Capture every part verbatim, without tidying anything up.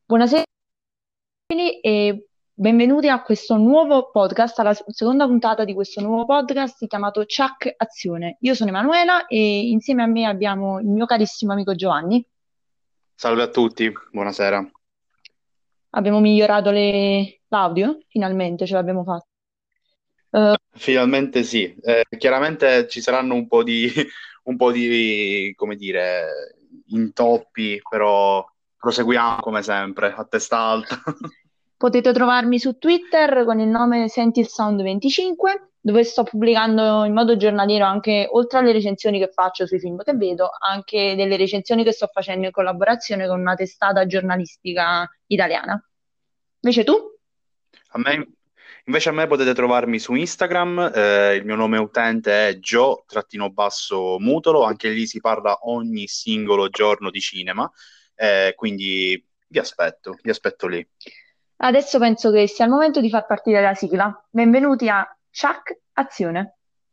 Buonasera e benvenuti a questo nuovo podcast, alla seconda puntata di questo nuovo podcast chiamato Chuck Azione. Io sono Emanuela e insieme a me abbiamo il mio carissimo amico Giovanni. Salve a tutti, buonasera. Abbiamo migliorato le- l'audio, finalmente ce l'abbiamo fatta. Eh, Finalmente sì. Eh, chiaramente ci saranno un po' di, un po' di, come dire, intoppi, però proseguiamo come sempre, a testa alta. Potete trovarmi su Twitter con il nome Senti il Sound venticinque, dove sto pubblicando in modo giornaliero anche, oltre alle recensioni che faccio sui film che vedo, anche delle recensioni che sto facendo in collaborazione con una testata giornalistica italiana. Invece tu? A me, invece a me potete trovarmi su Instagram, eh, il mio nome utente è Gio-Mutolo, anche lì si parla ogni singolo giorno di cinema, eh, quindi vi aspetto, vi aspetto lì. Adesso penso che sia il momento di far partire la sigla. Benvenuti a Chuck Azione.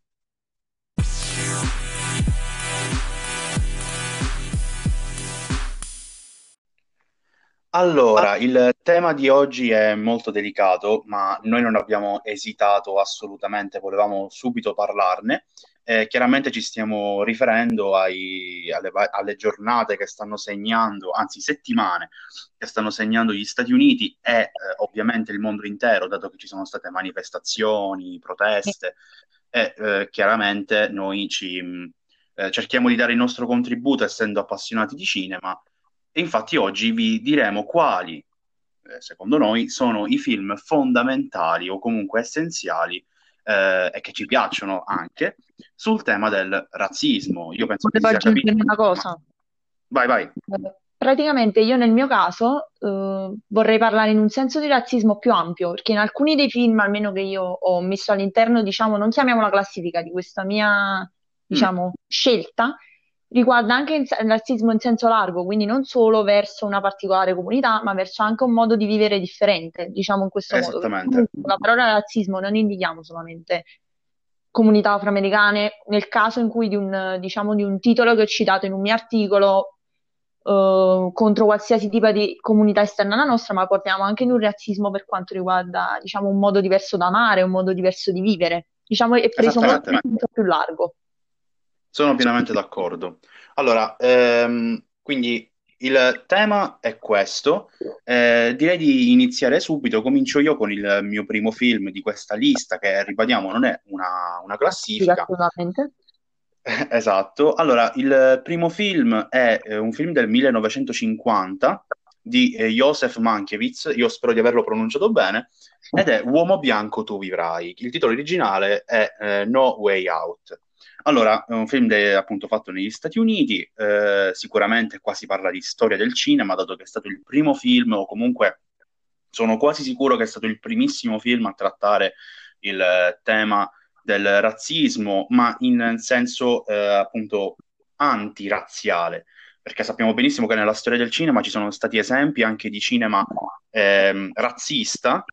Allora, il tema di oggi è molto delicato, ma noi non abbiamo esitato assolutamente, volevamo subito parlarne. Eh, chiaramente ci stiamo riferendo ai- alle, va- alle giornate che stanno segnando, anzi settimane che stanno segnando gli Stati Uniti e eh, ovviamente il mondo intero, dato che ci sono state manifestazioni, proteste e eh, chiaramente noi ci, mh, eh, cerchiamo di dare il nostro contributo essendo appassionati di cinema e infatti oggi vi diremo quali, eh, secondo noi, sono i film fondamentali o comunque essenziali eh, e che ci piacciono anche sul tema del razzismo. Io penso che si Volevo sia capito. aggiungere una Ma cosa. vai, vai. Eh, Praticamente io nel mio caso eh, vorrei parlare in un senso di razzismo più ampio, perché in alcuni dei film, almeno che io ho messo all'interno, diciamo, non chiamiamola classifica di questa mia, Mm, diciamo, scelta, riguarda anche il il razzismo in senso largo, quindi non solo verso una particolare comunità, ma verso anche un modo di vivere differente, diciamo in questo modo. Perché esattamente. comunque con la parola razzismo non indichiamo solamente comunità afroamericane, nel caso in cui di un, diciamo, di un titolo che ho citato in un mio articolo eh, contro qualsiasi tipo di comunità esterna alla nostra, ma portiamo anche in un razzismo per quanto riguarda, diciamo, un modo diverso da amare, un modo diverso di vivere. Diciamo, è preso molto in Esattamente. senso più largo. Sono pienamente d'accordo. Allora, ehm, quindi il tema è questo. Eh, direi di iniziare subito. Comincio io con il mio primo film di questa lista, che ribadiamo non è una, una Sì, classifica. assolutamente. Esatto. Allora, il primo film è eh, un film del millenovecentocinquanta di eh, Josef Mankiewicz, io spero di averlo pronunciato bene, ed è Uomo bianco tu vivrai. Il titolo originale è eh, No Way Out. Allora, è un film de- appunto fatto negli Stati Uniti, eh, sicuramente qua si parla di storia del cinema, dato che è stato il primo film, o comunque sono quasi sicuro che è stato il primissimo film a trattare il eh, tema del razzismo, ma in senso eh, appunto antirazziale, perché sappiamo benissimo che nella storia del cinema ci sono stati esempi anche di cinema ehm, razzista,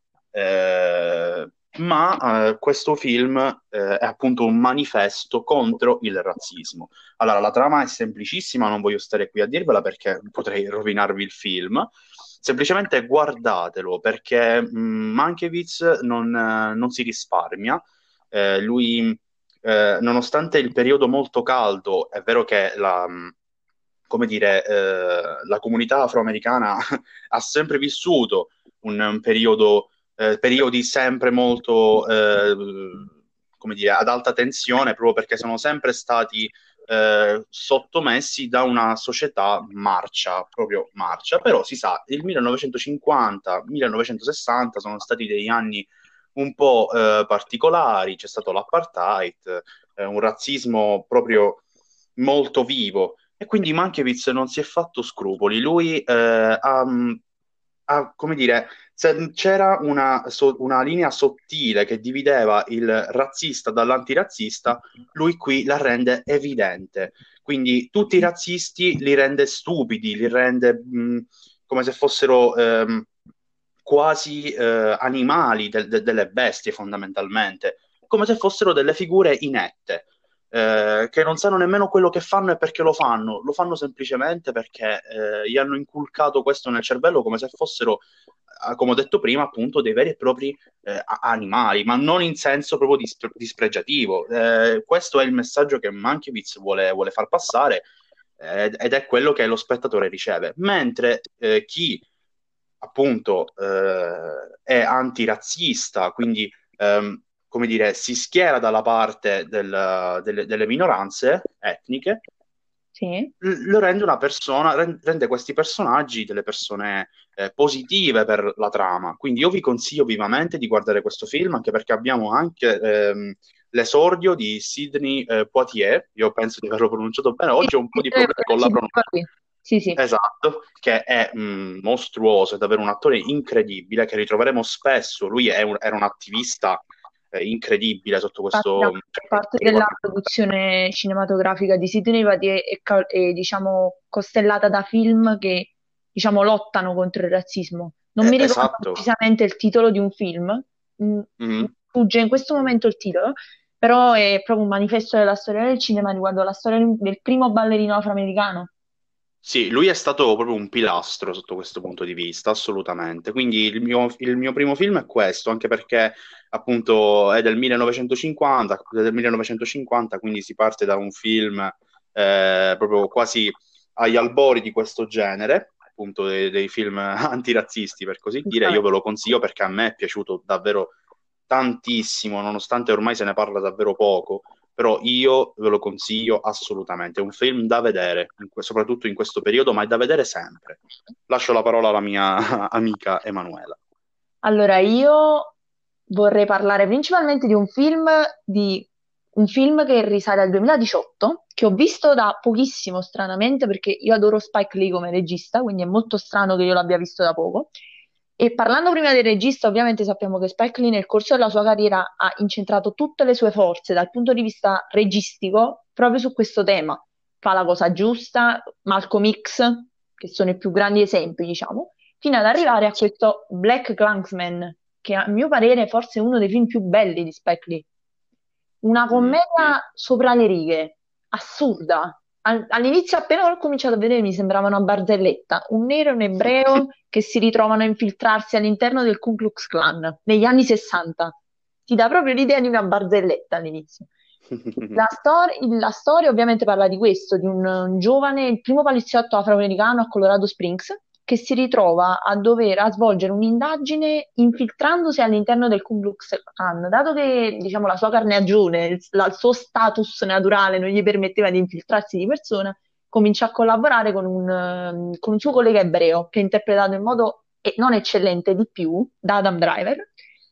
eh, ma eh, questo film eh, è appunto un manifesto contro il razzismo. Allora, la trama è semplicissima, non voglio stare qui a dirvela perché potrei rovinarvi il film. Semplicemente guardatelo perché mh, Mankiewicz non, eh, non si risparmia. Eh, lui, eh, nonostante il periodo molto caldo, è vero che la, mh, come dire, eh, la comunità afroamericana ha sempre vissuto un, un periodo, eh, periodi sempre molto, eh, come dire, ad alta tensione, proprio perché sono sempre stati eh, sottomessi da una società marcia, proprio marcia. Però si sa, il millenovecentocinquanta-millenovecentosessanta sono stati degli anni un po' eh, particolari, c'è stato l'apartheid, eh, un razzismo proprio molto vivo. E quindi Mankiewicz non si è fatto scrupoli. Lui eh, ha, ha, come dire, se c'era una, so- una linea sottile che divideva il razzista dall'antirazzista, lui qui la rende evidente. Quindi tutti i razzisti li rende stupidi, li rende mh, come se fossero ehm, quasi eh, animali, del- de- delle bestie fondamentalmente, come se fossero delle figure inette. eh, che non sanno nemmeno quello che fanno e perché lo fanno, lo fanno semplicemente perché eh, gli hanno inculcato questo nel cervello come se fossero, eh, come ho detto prima, appunto, dei veri e propri eh, a- animali, ma non in senso proprio dis- dispregiativo. Eh, questo è il messaggio che Mankiewicz vuole, vuole far passare eh, ed è quello che lo spettatore riceve. Mentre eh, chi appunto eh, è antirazzista, quindi ehm, come dire, si schiera dalla parte del- delle, delle minoranze etniche, Sì. l- lo rende una persona, ren- rende questi personaggi delle persone eh, positive per la trama. Quindi io vi consiglio vivamente di guardare questo film, anche perché abbiamo anche ehm, l'esordio di Sidney eh, Poitier, io penso di averlo pronunciato bene, Sì, oggi ho un po' sì, di sì, problemi con la sì, pronuncia. sì, sì. Esatto, che è mh, mostruoso, è davvero un attore incredibile che ritroveremo spesso. Lui è un- era un attivista eh, incredibile sotto Infatti, da questo maggior parte della riguardo. produzione cinematografica di Sidney Poitier è, ca- è, diciamo, costellata da film che, diciamo, lottano contro il razzismo. Non Eh, mi ricordo esatto. precisamente il titolo di un film, mm, mi Mhm. sfugge in questo momento il titolo, però è proprio un manifesto della storia del cinema riguardo la storia del primo ballerino afroamericano. Sì, lui è stato proprio un pilastro sotto questo punto di vista, assolutamente. Quindi il mio, il mio primo film è questo, anche perché appunto è del millenovecentocinquanta, del millenovecentocinquanta, quindi si parte da un film eh, proprio quasi agli albori di questo genere, appunto dei, dei film antirazzisti per così dire. Io ve lo consiglio perché a me è piaciuto davvero tantissimo, nonostante ormai se ne parla davvero poco, però io ve lo consiglio assolutamente. È un film da vedere, in que- soprattutto in questo periodo, ma è da vedere sempre. Lascio la parola alla mia amica Emanuela. Allora, io vorrei parlare principalmente di un film, di un film che risale al duemiladiciotto, che ho visto da pochissimo, stranamente, perché io adoro Spike Lee come regista, quindi è molto strano che io l'abbia visto da poco. E parlando prima del regista, ovviamente sappiamo che Spike Lee nel corso della sua carriera ha incentrato tutte le sue forze dal punto di vista registico proprio su questo tema. Fa la cosa giusta, Malcolm X, che sono i più grandi esempi, diciamo, fino ad arrivare a questo Black Klansman, che a mio parere forse è uno dei film più belli di Spike Lee. Una Mm. commedia sopra le righe, assurda. Al- All'inizio, appena l'ho cominciato a vedere, mi sembrava una barzelletta. Un nero e un ebreo che si ritrovano a infiltrarsi all'interno del Ku Klux Klan negli anni sessanta. Ti dà proprio l'idea di una barzelletta all'inizio. La, stor- il- la storia ovviamente parla di questo, di un, un giovane, il primo poliziotto afroamericano a Colorado Springs, che si ritrova a dover a svolgere un'indagine infiltrandosi all'interno del Ku Klux Klan, dato che diciamo, la sua carnegione, il, la- il suo status naturale non gli permetteva di infiltrarsi di persona, comincia a collaborare con un, ehm, con un suo collega ebreo, che è interpretato in modo eh, non eccellente di più da Adam Driver.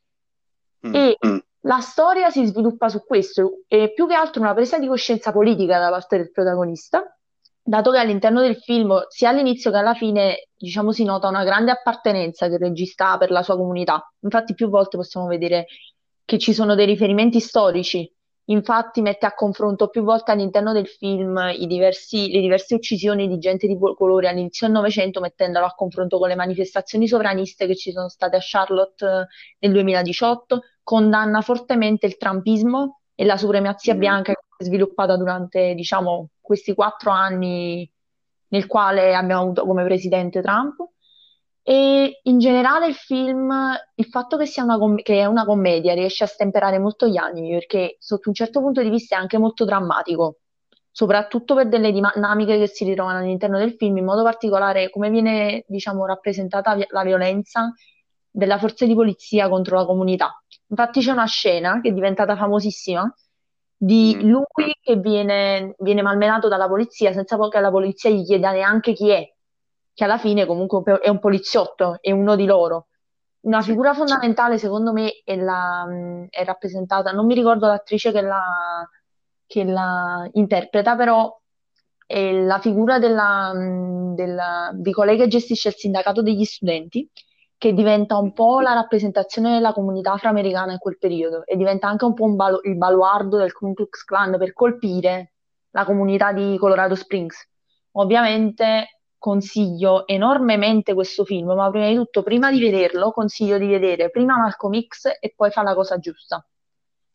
Mm. E la storia si sviluppa su questo, e più che altro una presa di coscienza politica da parte del protagonista, dato che all'interno del film, sia all'inizio che alla fine, diciamo, si nota una grande appartenenza che il regista ha per la sua comunità. Infatti, più volte possiamo vedere che ci sono dei riferimenti storici. Infatti, mette a confronto più volte all'interno del film i diversi- le diverse uccisioni di gente di colore all'inizio del Novecento, mettendolo a confronto con le manifestazioni sovraniste che ci sono state a Charlotte eh, nel duemiladiciotto, condanna fortemente il trumpismo e la supremazia Mm. bianca che si è sviluppata durante, diciamo, questi quattro anni nel quale abbiamo avuto come presidente Trump. E in generale il film, il fatto che sia una, com- che è una commedia riesce a stemperare molto gli animi perché sotto un certo punto di vista è anche molto drammatico, soprattutto per delle dinamiche che si ritrovano all'interno del film, in modo particolare come viene, diciamo, rappresentata vi- la violenza della forza di polizia contro la comunità. Infatti c'è una scena che è diventata famosissima di Mm. lui che viene, viene malmenato dalla polizia senza poi che la polizia gli chieda neanche chi è, che alla fine comunque è un poliziotto, è uno di loro. Una Sì. figura fondamentale, secondo me, è, la- è rappresentata, non mi ricordo l'attrice che la, che la interpreta, però è la figura della, della- di colei che gestisce il sindacato degli studenti, che diventa un po' la rappresentazione della comunità afroamericana in quel periodo e diventa anche un po' un balo- il baluardo del Ku Klux Klan per colpire la comunità di Colorado Springs. Ovviamente consiglio enormemente questo film, ma prima di tutto, prima di vederlo, consiglio di vedere prima Malcolm X e poi Fa la cosa giusta.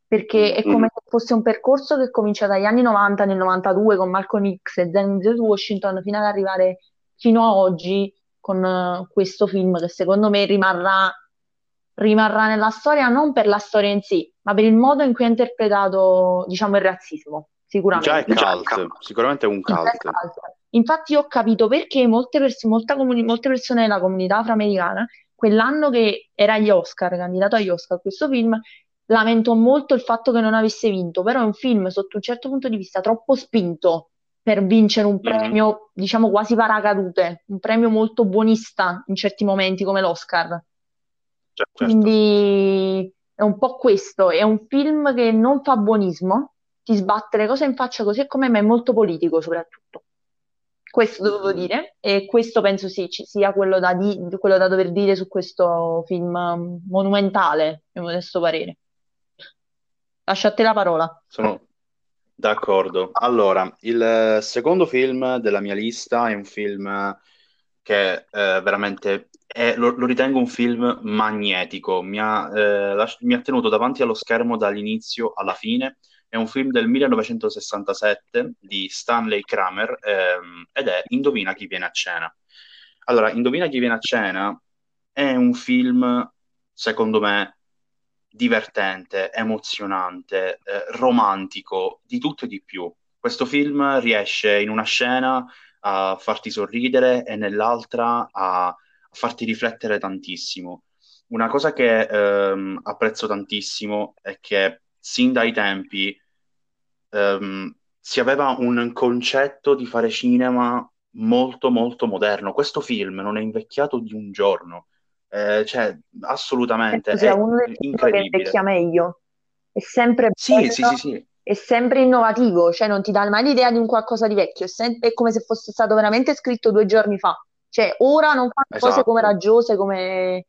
perché Mm. è come se fosse un percorso che comincia dagli anni novanta, nel novantadue con Malcolm X e Denzel Washington, fino ad arrivare fino a oggi con eh, questo film che secondo me rimarrà, rimarrà nella storia non per la storia in sé, ma per il modo in cui ha interpretato, diciamo, il razzismo, Già è sicuramente. cult, sicuramente è un cult. Infatti ho capito perché molte, pers- molta comuni- molte persone della comunità afroamericana, quell'anno che era agli Oscar, candidato agli Oscar, questo film, lamentò molto il fatto che non avesse vinto, però è un film sotto un certo punto di vista troppo spinto per vincere un Mhm. premio, diciamo quasi paracadute, un premio molto buonista in certi momenti come l'Oscar. Cioè, certo. Quindi è un po' questo, è un film che non fa buonismo, ti sbatte le cose in faccia così e come, ma è molto politico soprattutto. Questo dovevo dire, e questo penso sì, ci sia quello da, di- quello da dover dire su questo film um, monumentale, a mio modesto parere. Lascio a te la parola. Sono d'accordo. Allora, il eh, secondo film della mia lista è un film che eh, veramente è- lo, lo ritengo un film magnetico. Mi ha, eh, lasci- mi ha tenuto davanti allo schermo dall'inizio alla fine. È un film del millenovecentosessantasette di Stanley Kramer ehm, ed è Indovina chi viene a cena. Allora, Indovina chi viene a cena è un film, secondo me, divertente, emozionante, eh, romantico, di tutto e di più. Questo film riesce in una scena a farti sorridere e nell'altra a, a farti riflettere tantissimo. Una cosa che ehm, apprezzo tantissimo è che sin dai tempi ehm, si aveva un concetto di fare cinema molto molto moderno. Questo film non è invecchiato di un giorno. Eh, cioè, assolutamente, Penso sia è uno dei film che incredibile. invecchia meglio. È sempre Sì, sì, sì, bello, sì, è sempre innovativo, cioè non ti dà mai l'idea di un qualcosa di vecchio, è, sem- è come se fosse stato veramente scritto due giorni fa. Cioè, ora non fanno cose come esatto. raggiose come,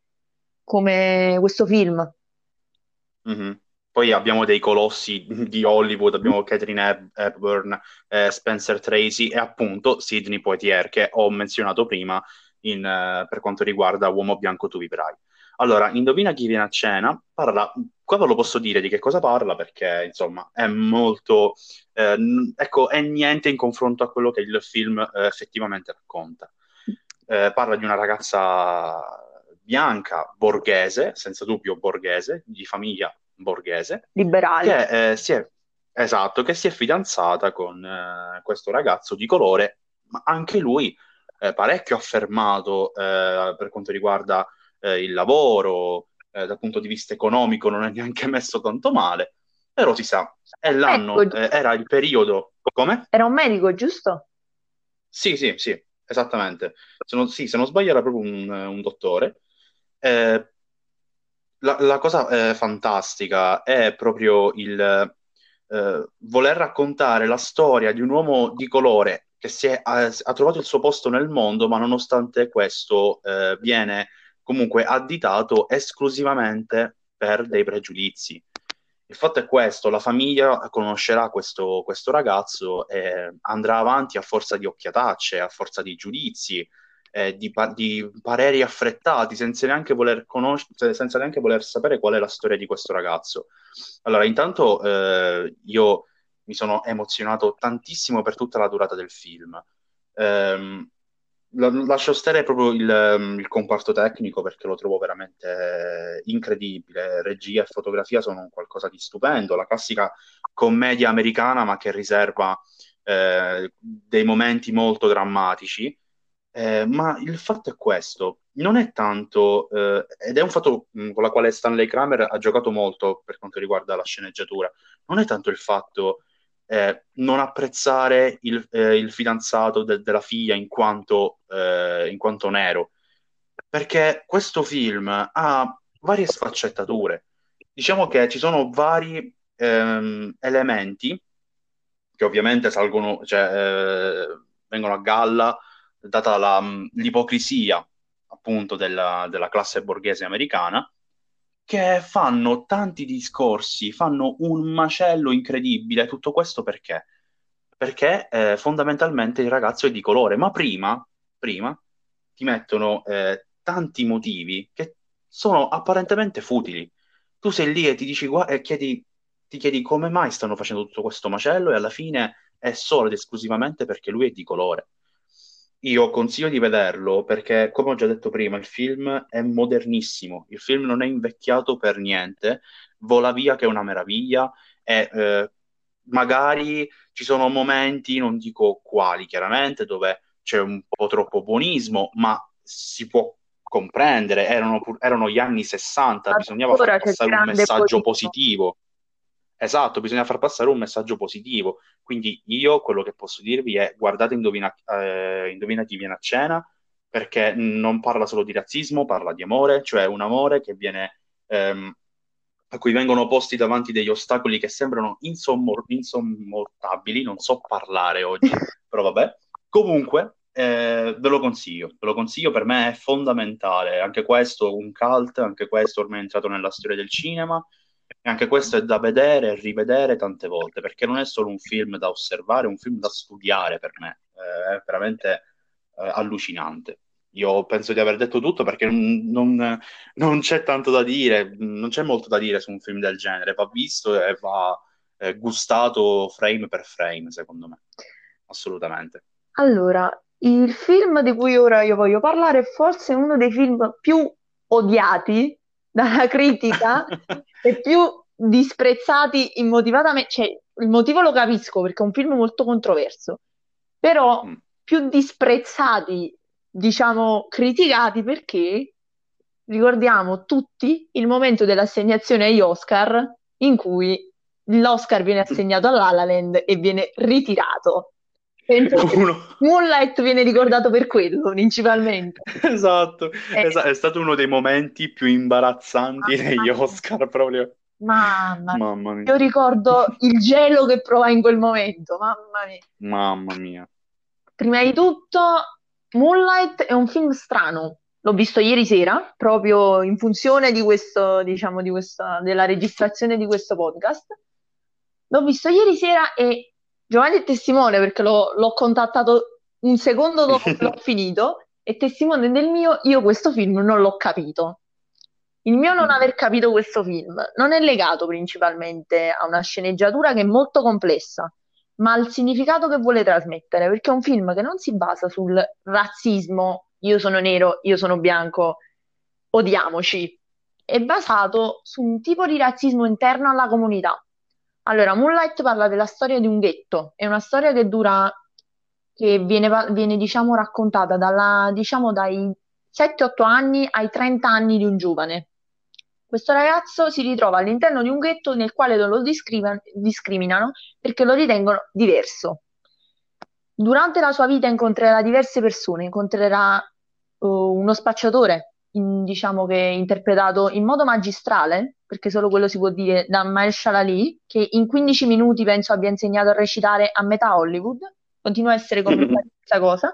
come questo film. Mhm. Poi abbiamo dei colossi di Hollywood, abbiamo Catherine Hep- Hepburn, eh, Spencer Tracy e appunto Sidney Poitier, che ho menzionato prima in, eh, per quanto riguarda Uomo Bianco Tu Vivrai. Allora, indovina chi viene a cena? Parla, qua ve lo posso dire di che cosa parla perché, insomma, è molto, eh, n- ecco, è niente in confronto a quello che il film, eh, effettivamente racconta. Eh, parla di una ragazza bianca, borghese, senza dubbio borghese, di famiglia borghese, Liberali. che eh, si è, esatto, che si è fidanzata con eh, questo ragazzo di colore, ma anche lui eh, parecchio affermato eh, per quanto riguarda eh, il lavoro, eh, dal punto di vista economico non è neanche messo tanto male, però si sa, è Medico, l'anno, gi- eh, era il periodo, come? era un medico, giusto? Sì, sì, sì, esattamente. Se non, sì, se non sbaglio era proprio un, un dottore. Eh, la, la cosa eh, fantastica è proprio il eh, voler raccontare la storia di un uomo di colore che si è, ha, ha trovato il suo posto nel mondo, ma nonostante questo eh, viene comunque additato esclusivamente per dei pregiudizi. Il fatto è questo, la famiglia conoscerà questo, questo ragazzo e andrà avanti a forza di occhiatacce, a forza di giudizi, eh, di, pa- di pareri affrettati, senza neanche voler conoscere, senza neanche voler sapere qual è la storia di questo ragazzo. Allora, intanto eh, io mi sono emozionato tantissimo per tutta la durata del film. Ehm, la- lascio stare proprio il, ehm, il comparto tecnico perché lo trovo veramente incredibile. Regia e fotografia sono un qualcosa di stupendo, la classica commedia americana, ma che riserva eh, dei momenti molto drammatici. Eh, ma il fatto è questo, non è tanto, eh, ed è un fatto mh, con la quale Stanley Kramer ha giocato molto per quanto riguarda la sceneggiatura, non è tanto il fatto eh, non apprezzare il, eh, il fidanzato de- della figlia in quanto, eh, in quanto nero, perché questo film ha varie sfaccettature. Diciamo che ci sono vari ehm, elementi che ovviamente salgono, cioè, eh, vengono a galla data la- l'ipocrisia appunto della, della classe borghese americana, che fanno tanti discorsi, fanno un macello incredibile. Tutto questo perché? Perché eh, fondamentalmente il ragazzo è di colore, ma prima, prima ti mettono eh, tanti motivi che sono apparentemente futili. Tu sei lì e ti dici, gua- e chiedi. ti chiedi come mai stanno facendo tutto questo macello e alla fine è solo ed esclusivamente perché lui è di colore. Io consiglio di vederlo perché, come ho già detto prima, il film è modernissimo, il film non è invecchiato per niente, vola via che è una meraviglia e eh, magari ci sono momenti, non dico quali chiaramente, dove c'è un po' troppo buonismo, ma si può comprendere, erano, pur- erano gli anni sessanta, bisognava far Ancora c'è il passare un grande messaggio buonismo. positivo. Esatto, bisogna far passare un messaggio positivo. Quindi io quello che posso dirvi è guardate Indovina, eh, Indovina chi viene a cena, perché non parla solo di razzismo, parla di amore, cioè un amore che viene, ehm, a cui vengono posti davanti degli ostacoli che sembrano insommor- insormontabili. Non so parlare oggi, però vabbè. Comunque, eh, ve lo consiglio, ve lo consiglio, per me è fondamentale. Anche questo un cult, anche questo ormai è entrato nella storia del cinema. E anche questo è da vedere e rivedere tante volte, perché non è solo un film da osservare, è un film da studiare per me. Eh, è veramente eh, allucinante. Io penso di aver detto tutto perché non, non- non c'è tanto da dire, non c'è molto da dire su un film del genere. Va visto e va eh, gustato frame per frame, secondo me. Assolutamente. Allora, il film di cui ora io voglio parlare è forse uno dei film più odiati dalla critica e più disprezzati immotivatamente. Cioè, il motivo lo capisco perché è un film molto controverso, però Mm. più disprezzati, diciamo, criticati perché ricordiamo tutti il momento dell'assegnazione agli Oscar in cui l'Oscar viene assegnato a La La Land e viene ritirato. Penso che Uno. Moonlight viene ricordato per quello, principalmente. Esatto, Eh, esa- è stato uno dei momenti più imbarazzanti mamma degli mia, Oscar, proprio. mamma mia. Mamma mia, Io ricordo il gelo che provai in quel momento, mamma mia. mamma mia. Prima di tutto, Moonlight è un film strano. L'ho visto ieri sera, proprio in funzione di questo, diciamo, di questa, della registrazione di questo podcast. L'ho visto ieri sera e Giovanni è testimone perché l'ho l'ho contattato un secondo dopo che l'ho finito. È testimone del mio, io questo film non l'ho capito. Il mio non aver capito questo film non è legato principalmente a una sceneggiatura che è molto complessa, ma al significato che vuole trasmettere, perché è un film che non si basa sul razzismo, io sono nero, io sono bianco, odiamoci. È basato su un tipo di razzismo interno alla comunità. Allora, Moonlight parla della storia di un ghetto, è una storia che dura, che viene, va- viene, diciamo, raccontata dalla, diciamo, dai sette otto anni ai trenta anni di un giovane. Questo ragazzo si ritrova all'interno di un ghetto nel quale non lo discriva- discriminano perché lo ritengono diverso. Durante la sua vita incontrerà diverse persone, incontrerà uh, uno spacciatore, in- diciamo che è interpretato in modo magistrale, perché solo quello si può dire, da Mahershala Ali, che in quindici minuti penso abbia insegnato a recitare a metà Hollywood, continua a essere convinta di questa cosa,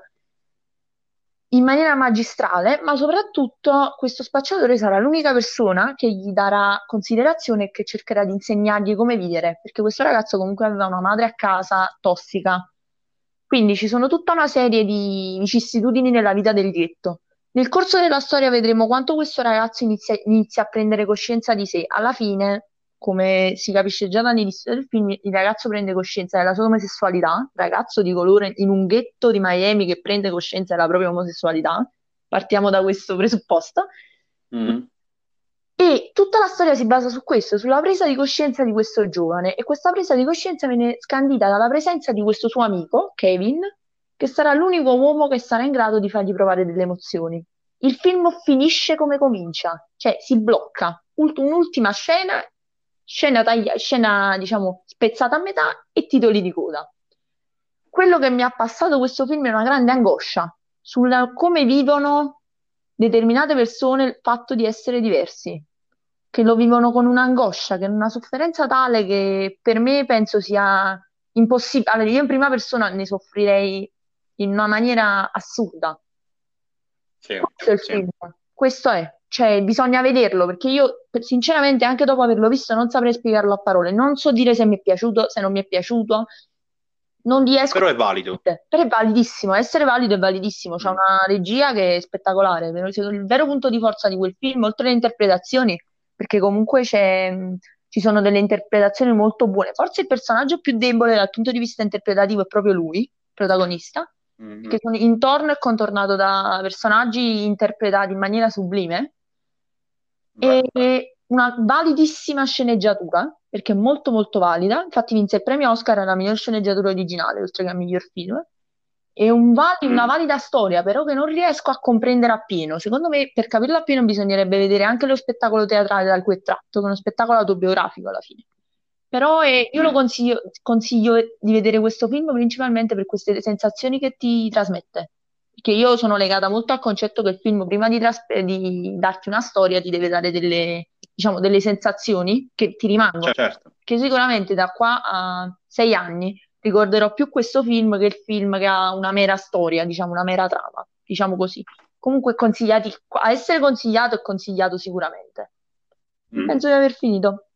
in maniera magistrale, ma soprattutto questo spacciatore sarà l'unica persona che gli darà considerazione e che cercherà di insegnargli come vivere, perché questo ragazzo comunque aveva una madre a casa tossica. Quindi ci sono tutta una serie di vicissitudini nella vita del ghetto. Nel corso della storia vedremo quanto questo ragazzo inizia, inizia a prendere coscienza di sé. Alla fine, come si capisce già dall'inizio del film, il ragazzo prende coscienza della sua omosessualità, ragazzo di colore in un ghetto di Miami che prende coscienza della propria omosessualità. Partiamo da questo presupposto. Mhm. E tutta la storia si basa su questo, sulla presa di coscienza di questo giovane, e questa presa di coscienza viene scandita dalla presenza di questo suo amico, Kevin, che sarà l'unico uomo che sarà in grado di fargli provare delle emozioni. Il film finisce come comincia, cioè si blocca. Ult- un'ultima scena, scena, taglia- scena, diciamo, spezzata a metà e titoli di coda. Quello che mi ha passato questo film è una grande angoscia sulla come vivono determinate persone il fatto di essere diversi, che lo vivono con un'angoscia, che è una sofferenza tale che per me penso sia impossibile. Allora, io in prima persona ne soffrirei in una maniera assurda. Sì, Questo è il sì. film, questo è, cioè bisogna vederlo perché io per- sinceramente anche dopo averlo visto non saprei spiegarlo a parole, non so dire se mi è piaciuto, se non mi è piaciuto, non riesco Però a è valido. dire, però è validissimo, essere valido è validissimo, c'è Mm. una regia che è spettacolare, però secondo- il vero punto di forza di quel film, oltre alle interpretazioni, perché comunque c'è ci sono delle interpretazioni molto buone. Forse il personaggio più debole dal punto di vista interpretativo è proprio lui, il protagonista, Mhm. perché sono intorno e contornato da personaggi interpretati in maniera sublime Beh, e una validissima sceneggiatura, perché è molto molto valida. Infatti vinse il premio Oscar alla miglior sceneggiatura originale, oltre che al miglior film. È un vali- una valida storia, però che non riesco a comprendere appieno. Secondo me, per capirla appieno, bisognerebbe vedere anche lo spettacolo teatrale dal cui è tratto, che è uno spettacolo autobiografico alla fine. Però eh, io lo consiglio, consiglio di vedere questo film principalmente per queste sensazioni che ti trasmette. Perché io sono legata molto al concetto che il film, prima di, tras- di darti una storia, ti deve dare delle, diciamo, delle sensazioni che ti rimangono. certo. Che sicuramente da qua a sei anni ricorderò più questo film che il film che ha una mera storia, diciamo, una mera trama, diciamo così. Comunque consigliati, a essere consigliato è consigliato sicuramente. Mm. Penso di aver finito.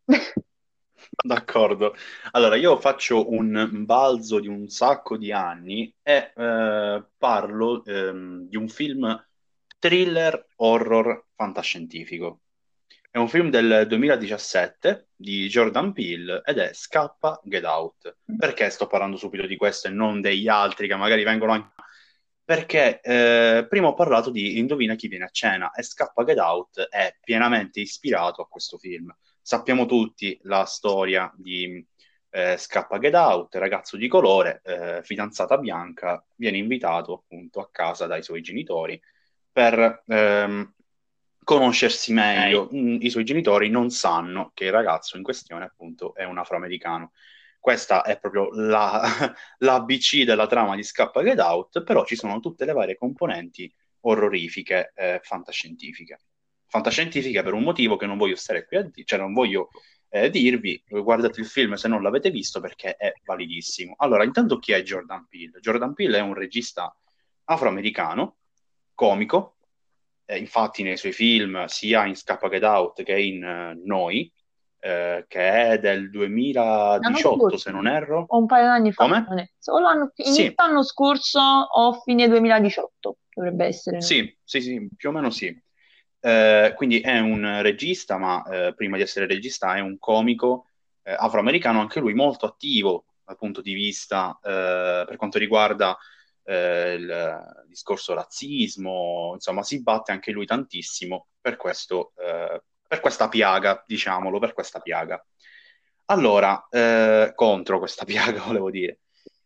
D'accordo. Allora, io faccio un balzo di un sacco di anni e eh, parlo ehm, di un film thriller horror fantascientifico. È un film del duemiladiciassette di Jordan Peele ed è Scappa, Get Out. Perché sto parlando subito di questo e non degli altri che magari vengono anche... Perché eh, prima ho parlato di Indovina chi viene a cena e Scappa, Get Out è pienamente ispirato a questo film. Sappiamo tutti la storia di eh, Scappa, Get Out, ragazzo di colore, eh, fidanzata bianca, viene invitato appunto a casa dai suoi genitori per ehm, conoscersi meglio. Mm, I suoi genitori non sanno che il ragazzo in questione appunto è un afroamericano. Questa è proprio la, l'A B C della trama di Scappa Get Out, però ci sono tutte le varie componenti orrorifiche, eh, fantascientifiche. Fantascientifiche per un motivo che non voglio stare qui a dire, cioè non voglio eh, dirvi, guardate il film se non l'avete visto perché è validissimo. Allora, intanto chi è Jordan Peele? Jordan Peele è un regista afroamericano, comico, eh, infatti nei suoi film, sia in Scappa Get Out che in eh, Noi, eh, che è del L'anno duemiladiciotto se scorso, non erro. o un paio d'anni fa, Come? non è. Solo l'anno- inizio Sì, anno scorso o fine duemiladiciotto dovrebbe essere. No? sì, sì, sì, più o meno sì. Eh, quindi è un regista, ma eh, prima di essere regista è un comico eh, afroamericano, anche lui molto attivo dal punto di vista eh, per quanto riguarda eh, il discorso razzismo, insomma, si batte anche lui tantissimo per questo, eh, per questa piaga, diciamolo, per questa piaga. Allora, eh, contro questa piaga, volevo dire.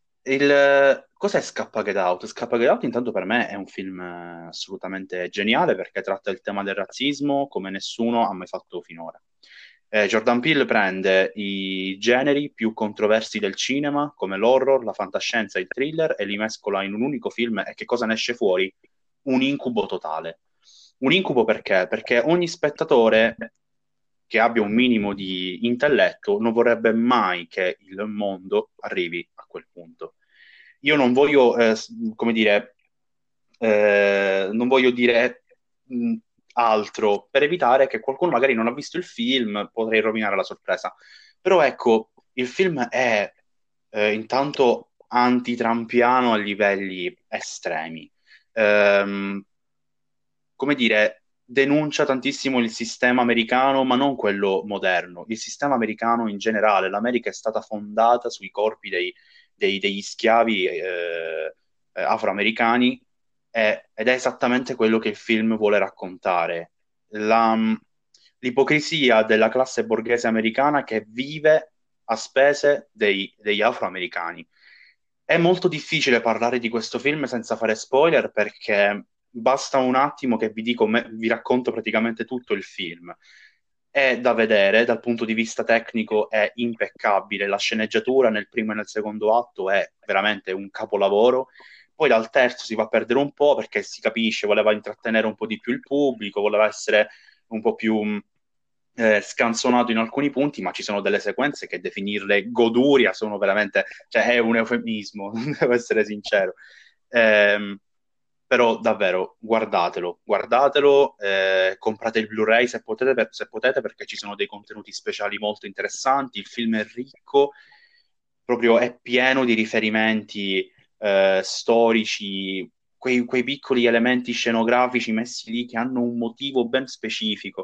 Il, cos'è Scappa Get Out? Scappa Get Out intanto per me è un film eh, assolutamente geniale perché tratta il tema del razzismo come nessuno ha mai fatto finora. Eh, Jordan Peele prende i generi più controversi del cinema, come l'horror, la fantascienza e il thriller, e li mescola in un unico film e che cosa ne esce fuori? Un incubo totale. Un incubo perché? Perché ogni spettatore che abbia un minimo di intelletto non vorrebbe mai che il mondo arrivi a quel punto. Io non voglio, eh, s- come dire, eh, non voglio dire mh, altro per evitare che qualcuno magari non ha visto il film, potrei rovinare la sorpresa. Però ecco, il film è eh, intanto antitrampiano a livelli estremi. Ehm, come dire, denuncia tantissimo il sistema americano, ma non quello moderno, il sistema americano in generale. L'America è stata fondata sui corpi dei- dei- degli schiavi eh, eh, afroamericani è- ed è esattamente quello che il film vuole raccontare. La- l'ipocrisia della classe borghese americana che vive a spese dei- degli afroamericani. È molto difficile parlare di questo film senza fare spoiler perché basta un attimo che vi dico, me- vi racconto praticamente tutto il film. È da vedere, dal punto di vista tecnico è impeccabile, la sceneggiatura nel primo e nel secondo atto è veramente un capolavoro. Poi dal terzo si va a perdere un po' perché si capisce, voleva intrattenere un po' di più il pubblico, voleva essere un po' più mh, eh, scanzonato in alcuni punti, ma ci sono delle sequenze che definirle goduria sono veramente, cioè è un eufemismo, devo essere sincero. Ehm, Però davvero guardatelo, guardatelo, eh, comprate il Blu-ray se potete, per- se potete, perché ci sono dei contenuti speciali molto interessanti. Il film è ricco, proprio è pieno di riferimenti eh, storici, quei, quei piccoli elementi scenografici messi lì che hanno un motivo ben specifico.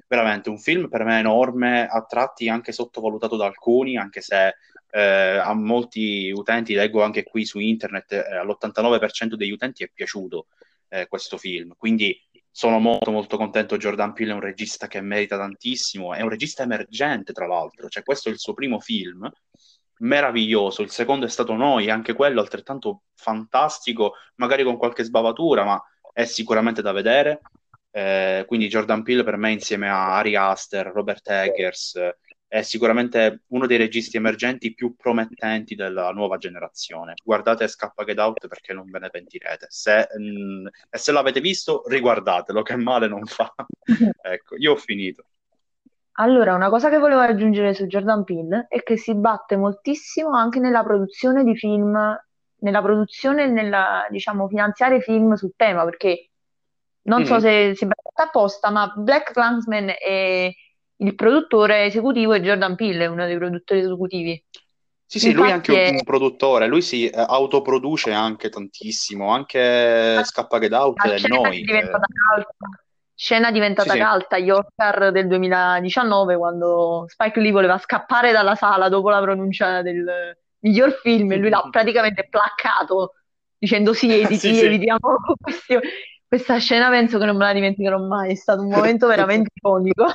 veramente un film per me enorme, a tratti anche sottovalutato da alcuni, anche se eh, a molti utenti, leggo anche qui su internet, eh, all'ottantanove per cento degli utenti è piaciuto eh, questo film. Quindi sono molto molto contento. Jordan Peele è un regista che merita tantissimo, è un regista emergente tra l'altro, cioè questo è il suo primo film, meraviglioso. Il secondo è stato Noi, anche quello altrettanto fantastico, magari con qualche sbavatura, ma è sicuramente da vedere. Eh, quindi Jordan Peele per me insieme a Ari Aster, Robert Eggers, eh, è sicuramente uno dei registi emergenti più promettenti della nuova generazione. Guardate Scappa Get Out perché non ve ne pentirete. Se, mh, e se l'avete visto, riguardatelo, che male non fa. Ecco, io ho finito. Allora, una cosa che volevo aggiungere su Jordan Peele è che si batte moltissimo anche nella produzione di film, nella produzione e nella, diciamo, finanziare film sul tema, perché non so Mhm. se si batte apposta, ma Black Klansman è il produttore esecutivo e Jordan Peele è uno dei produttori esecutivi. Sì, sì, lui è anche Infatti un, è un produttore, lui si eh, autoproduce anche tantissimo, anche Scappa Get Out la e scena è Noi. eh. diventata calda, scena Sì, diventata sì. calda agli Oscar del duemiladiciannove quando Spike Lee voleva scappare dalla sala dopo la pronuncia del miglior film e lui l'ha praticamente placcato dicendo sì, Sì, editi, sì. evitiamo questi- questa scena penso che non me la dimenticherò mai, è stato un momento veramente iconico.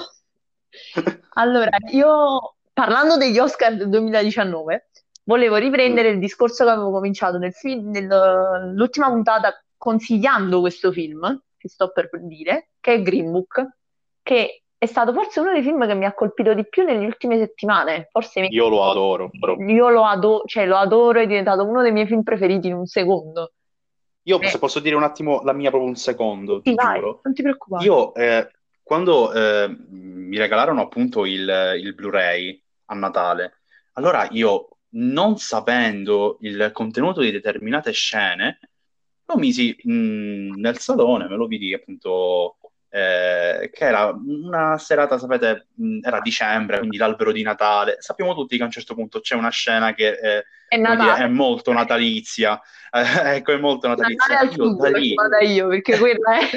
Allora, io parlando degli Oscar del duemiladiciannove, volevo Mm. riprendere il discorso che avevo cominciato nel film- nell'ultima puntata consigliando questo film, che sto per dire, che è Green Book, che è stato forse uno dei film che mi ha colpito di più nelle ultime settimane, forse mi- Io lo adoro. io lo adoro, cioè lo adoro, è diventato uno dei miei film preferiti in un secondo. Io, se Eh, posso dire un attimo la mia proprio un secondo, sì, ti vai, giuro. non ti preoccupare. Io, eh, quando eh, mi regalarono appunto il, il Blu-ray a Natale, allora io, non sapendo il contenuto di determinate scene, lo misi mh, nel salone, me lo vidi appunto, eh, che era una serata, sapete, mh, era dicembre, quindi l'albero di Natale. Sappiamo tutti che a un certo punto c'è una scena che, eh, È come dire, è Natale. molto natalizia. Eh, ecco, è molto Natale natalizia. al Io sud, da l'ho lì, chiamata io, perché quella è...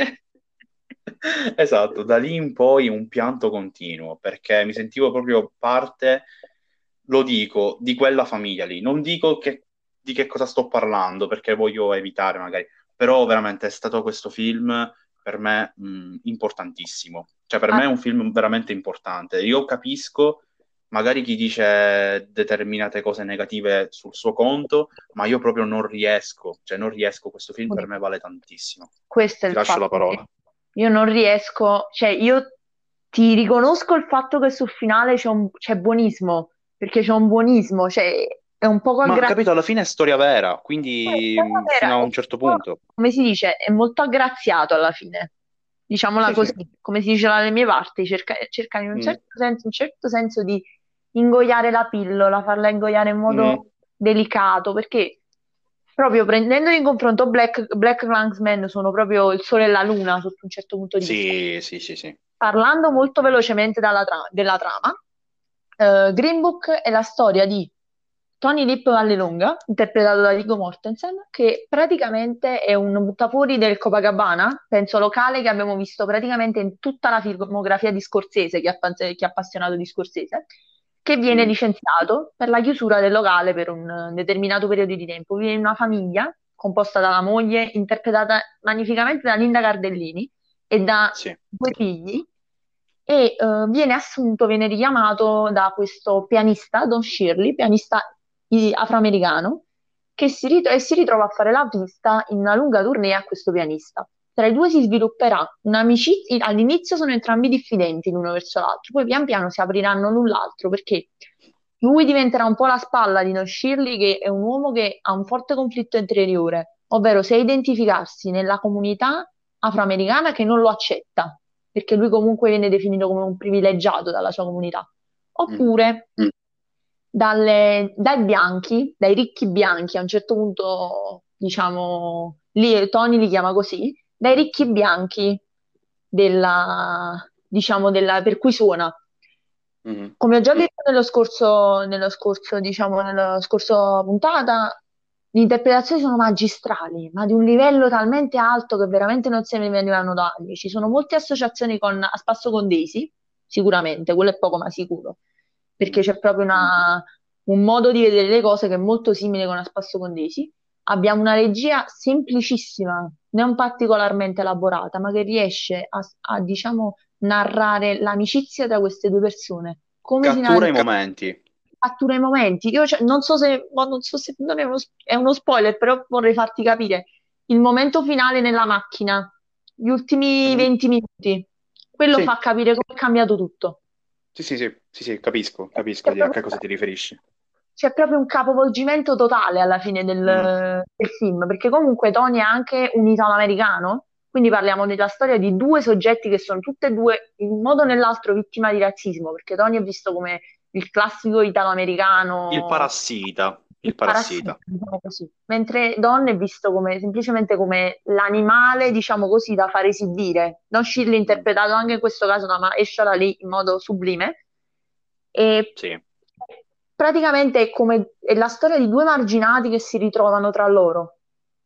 esatto, da lì in poi un pianto continuo, perché mi sentivo proprio parte, lo dico, di quella famiglia lì. Non dico che- di che cosa sto parlando, perché voglio evitare magari, però veramente è stato questo film per me mh, importantissimo. Cioè, per me è un film veramente importante. Io capisco magari chi dice determinate cose negative sul suo conto, ma io proprio non riesco, cioè non riesco, questo film per me vale tantissimo. Questo è Ti il lascio la fatto che parola. io non riesco, cioè io ti riconosco il fatto che sul finale c'è un- c'è buonismo, perché c'è un buonismo, cioè è un poco Ma aggraziato, capito, alla fine è storia vera, quindi mh, fino a un certo punto. come si dice, è molto aggraziato alla fine, diciamola Sì, sì. così, come si dice dalle mie parti, cerca, cerca in un Mm, certo senso, un certo senso di ingoiare la pillola, farla ingoiare in mhm. modo delicato, perché proprio prendendo in confronto Black, Black Klansman sono proprio il sole e la luna sotto un certo punto di vista. Sì, sì, sì, sì. Parlando molto velocemente dalla tra- della trama, eh, Green Book è la storia di Tony Lip Vallelonga, interpretato da Viggo Mortensen, che praticamente è un buttafuori del Copacabana, penso locale che abbiamo visto praticamente in tutta la filmografia di Scorsese, chi è appa- chi è appassionato di Scorsese, che viene Mm, licenziato per la chiusura del locale per un determinato periodo di tempo. Vive in una famiglia composta dalla moglie, interpretata magnificamente da Linda Cardellini, e da sì. due figli, e eh, viene assunto, viene richiamato da questo pianista, Don Shirley, pianista i- afroamericano, che si, rit- e si ritrova a fare la pista in una lunga tournée a questo pianista. Tra i due si svilupperà un'amicizia, all'inizio sono entrambi diffidenti l'uno verso l'altro, poi pian piano si apriranno l'un l'altro perché lui diventerà un po' la spalla di Don Shirley, che è un uomo che ha un forte conflitto interiore, ovvero se identificarsi nella comunità afroamericana che non lo accetta, perché lui comunque viene definito come un privilegiato dalla sua comunità, Mm, oppure dalle- dai bianchi, dai ricchi bianchi, a un certo punto, diciamo, lì Tony li chiama così, dai ricchi bianchi della, diciamo, della, per cui suona. mhm. Come ho già detto nello scorso, nello scorso, diciamo, nella scorsa puntata, le interpretazioni sono magistrali, ma di un livello talmente alto che veramente non se ne venivano da anni. Ci sono molte associazioni con, a spasso con Daisy, sicuramente, quello è poco ma sicuro, perché Mm. c'è proprio una- un modo di vedere le cose che è molto simile con A Spasso Condesi. Abbiamo una regia semplicissima, non particolarmente elaborata, ma che riesce a, a, diciamo, narrare l'amicizia tra queste due persone. Come si Cattura narra? i momenti. Cattura i momenti. Io cioè, non so se, ma non so se non è uno, è uno spoiler, però vorrei farti capire il momento finale nella macchina, gli ultimi Mhm. venti minuti. Quello Sì, fa capire come è cambiato tutto. sì, sì, sì, sì, sì, capisco, capisco C'è di a proprio, che cosa ti riferisci. c'è proprio un capovolgimento totale alla fine del, Mm. del film, perché comunque Tony è anche un italo-americano, quindi parliamo della storia di due soggetti che sono tutte e due, in un modo o nell'altro, vittima di razzismo, perché Tony è visto come il classico Il italo-americano, parassita, il il parassita, parassita. diciamo così, mentre Don è visto come, semplicemente come l'animale, diciamo così, da fare esibire. Don Shirley Mm. interpretato anche in questo caso da Mahershala Ali in modo sublime, e Sì, praticamente è come è la storia di due marginati che si ritrovano tra loro,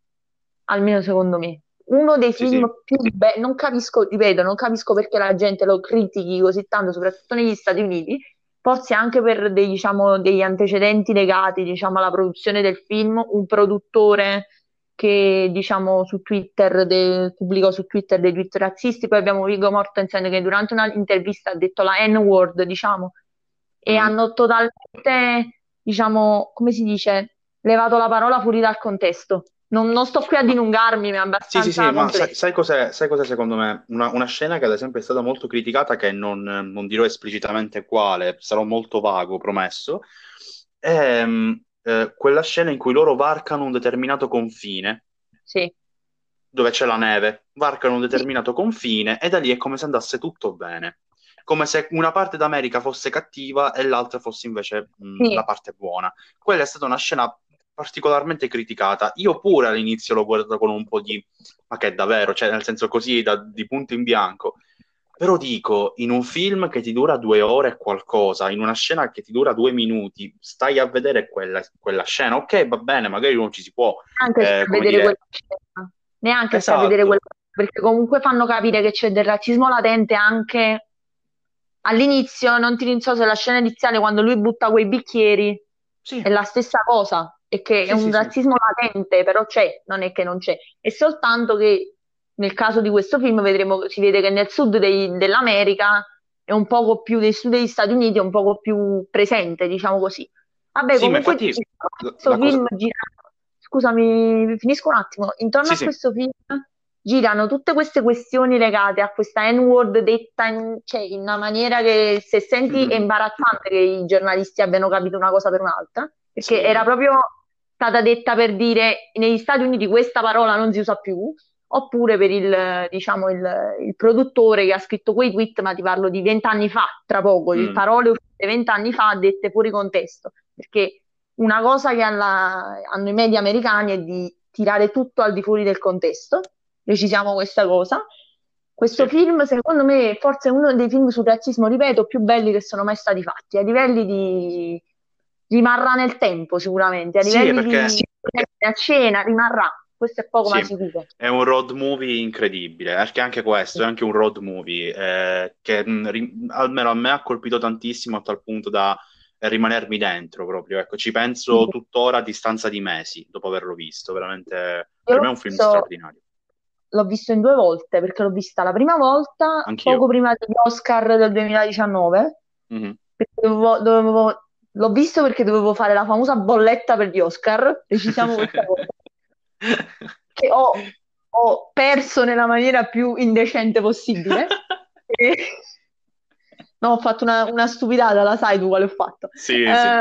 almeno secondo me. Uno dei sì, film sì. più belli, non capisco, ripeto, non capisco perché la gente lo critichi così tanto, soprattutto negli Stati Uniti, forse anche per dei, diciamo, degli antecedenti legati, diciamo, alla produzione del film, un produttore che, diciamo, su Twitter, de- pubblicò su Twitter dei tweet razzisti, poi abbiamo Viggo Mortensen che durante un'intervista ha detto la N-word, diciamo, e Mm. hanno totalmente, diciamo, come si dice, levato la parola fuori dal contesto. Non, non sto qui a Ma dilungarmi, ma è sì, sì, sì, abbastanza ma sai, complesso. sai cos'è, sai cos'è secondo me? Una, una scena che ad esempio è stata molto criticata, che non, non dirò esplicitamente quale, sarò molto vago, promesso, è mh, eh, quella scena in cui loro varcano un determinato confine, Sì. dove c'è la neve, varcano un Sì, determinato confine e da lì è come se andasse tutto bene. Come se una parte d'America fosse cattiva e l'altra fosse invece mh, la sì. parte buona. Quella è stata una scena particolarmente criticata. Io pure all'inizio l'ho guardata con un po' di ma che è davvero, cioè nel senso così da- di punto in bianco. Però dico, in un film che ti dura due ore e qualcosa, in una scena che ti dura due minuti, stai a vedere quella, quella scena. Ok, va bene, magari non ci si può, Neanche stai eh, a come vedere quella dire, scena. Neanche stai a vedere quella, esatto. perché comunque fanno capire che c'è del razzismo latente anche all'inizio. Non ti so se la scena iniziale quando lui butta quei bicchieri Sì, è la stessa cosa, e che è sì, sì, un sì. razzismo latente, però c'è, non è che non c'è. È soltanto che nel caso di questo film vedremo, si vede che nel sud dei- dell'America è un poco più, del sud degli Stati Uniti è un poco più presente, diciamo così. Vabbè, Sì, ma comunque infatti la, questo la cosa... film gira, scusami, finisco un attimo. Intorno Sì, a sì. questo film girano tutte queste questioni legate a questa N-word detta in, cioè, in una maniera che, se senti, è imbarazzante che i giornalisti abbiano capito una cosa per un'altra, perché era Sì, proprio stata detta per dire negli Stati Uniti questa parola non si usa più, oppure per il, diciamo, il, il produttore che ha scritto quei tweet, ma ti parlo di vent'anni fa, tra poco, di mm, parole uscite vent'anni fa dette fuori contesto, perché una cosa che alla- hanno i media americani è di tirare tutto al di fuori del contesto, precisiamo questa cosa. Questo sì. film, secondo me, forse è uno dei film sul razzismo, ripeto, più belli che sono mai stati fatti, a livelli di... rimarrà nel tempo sicuramente, a Sì, livelli di perché a cena rimarrà, questo è poco ma sì, sicuro. è un road movie incredibile, perché anche questo è anche un road movie eh, che mh, ri- almeno a me ha colpito tantissimo a tal punto da eh, rimanermi dentro proprio. Ecco, ci penso tuttora a distanza di mesi dopo averlo visto, veramente Io per l'ho me è un film visto, straordinario. l'ho visto in due volte, perché l'ho vista la prima volta Anch'io. poco prima degli Oscar del duemiladiciannove, Mhm. perché dovevo- dovevo- l'ho visto perché dovevo fare la famosa bolletta per gli Oscar, precisiamo questa cosa, che ho, ho perso nella maniera più indecente possibile. E- No, ho fatto una, una stupidata, la sai tu quale ho fatto. Sì, Eh, sì.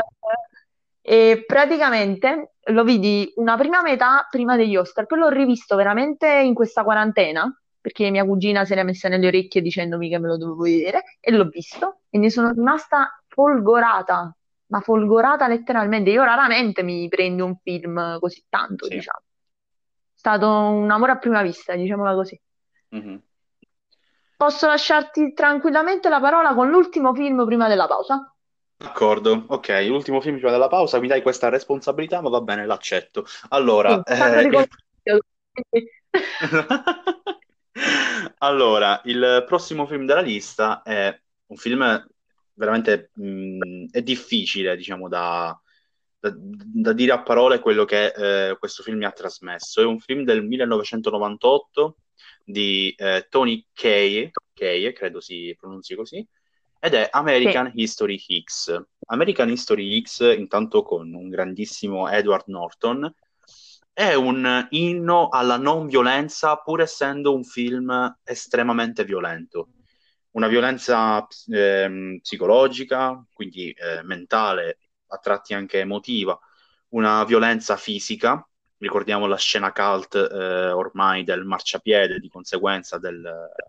e praticamente lo vidi una prima metà prima degli Oscar, poi l'ho rivisto veramente in questa quarantena, perché mia cugina se l'è messa nelle orecchie dicendomi che me lo dovevo vedere, e l'ho visto e ne sono rimasta folgorata, ma folgorata letteralmente. Io raramente mi prendo un film così tanto, Sì. diciamo. È stato un amore a prima vista, diciamola così. Mhm. Posso lasciarti tranquillamente la parola con l'ultimo film prima della pausa? D'accordo, ok, l'ultimo film prima della pausa, mi dai questa responsabilità, ma va bene, l'accetto. Allora, Sì, tanto eh, di il... consiglio. Quindi- Allora, il prossimo film della lista è un film veramente mh, è difficile, diciamo, da, da- da dire a parole quello che eh, questo film mi ha trasmesso. È un film del millenovecentonovantotto di eh, Tony Kaye, Kaye, credo si pronunci così, ed è Sì, American History X. American History X, intanto con un grandissimo Edward Norton, è un inno alla non violenza, pur essendo un film estremamente violento. Una violenza ehm, psicologica, quindi eh, mentale, a tratti anche emotiva, una violenza fisica. Ricordiamo la scena cult eh, ormai del marciapiede, di conseguenza del,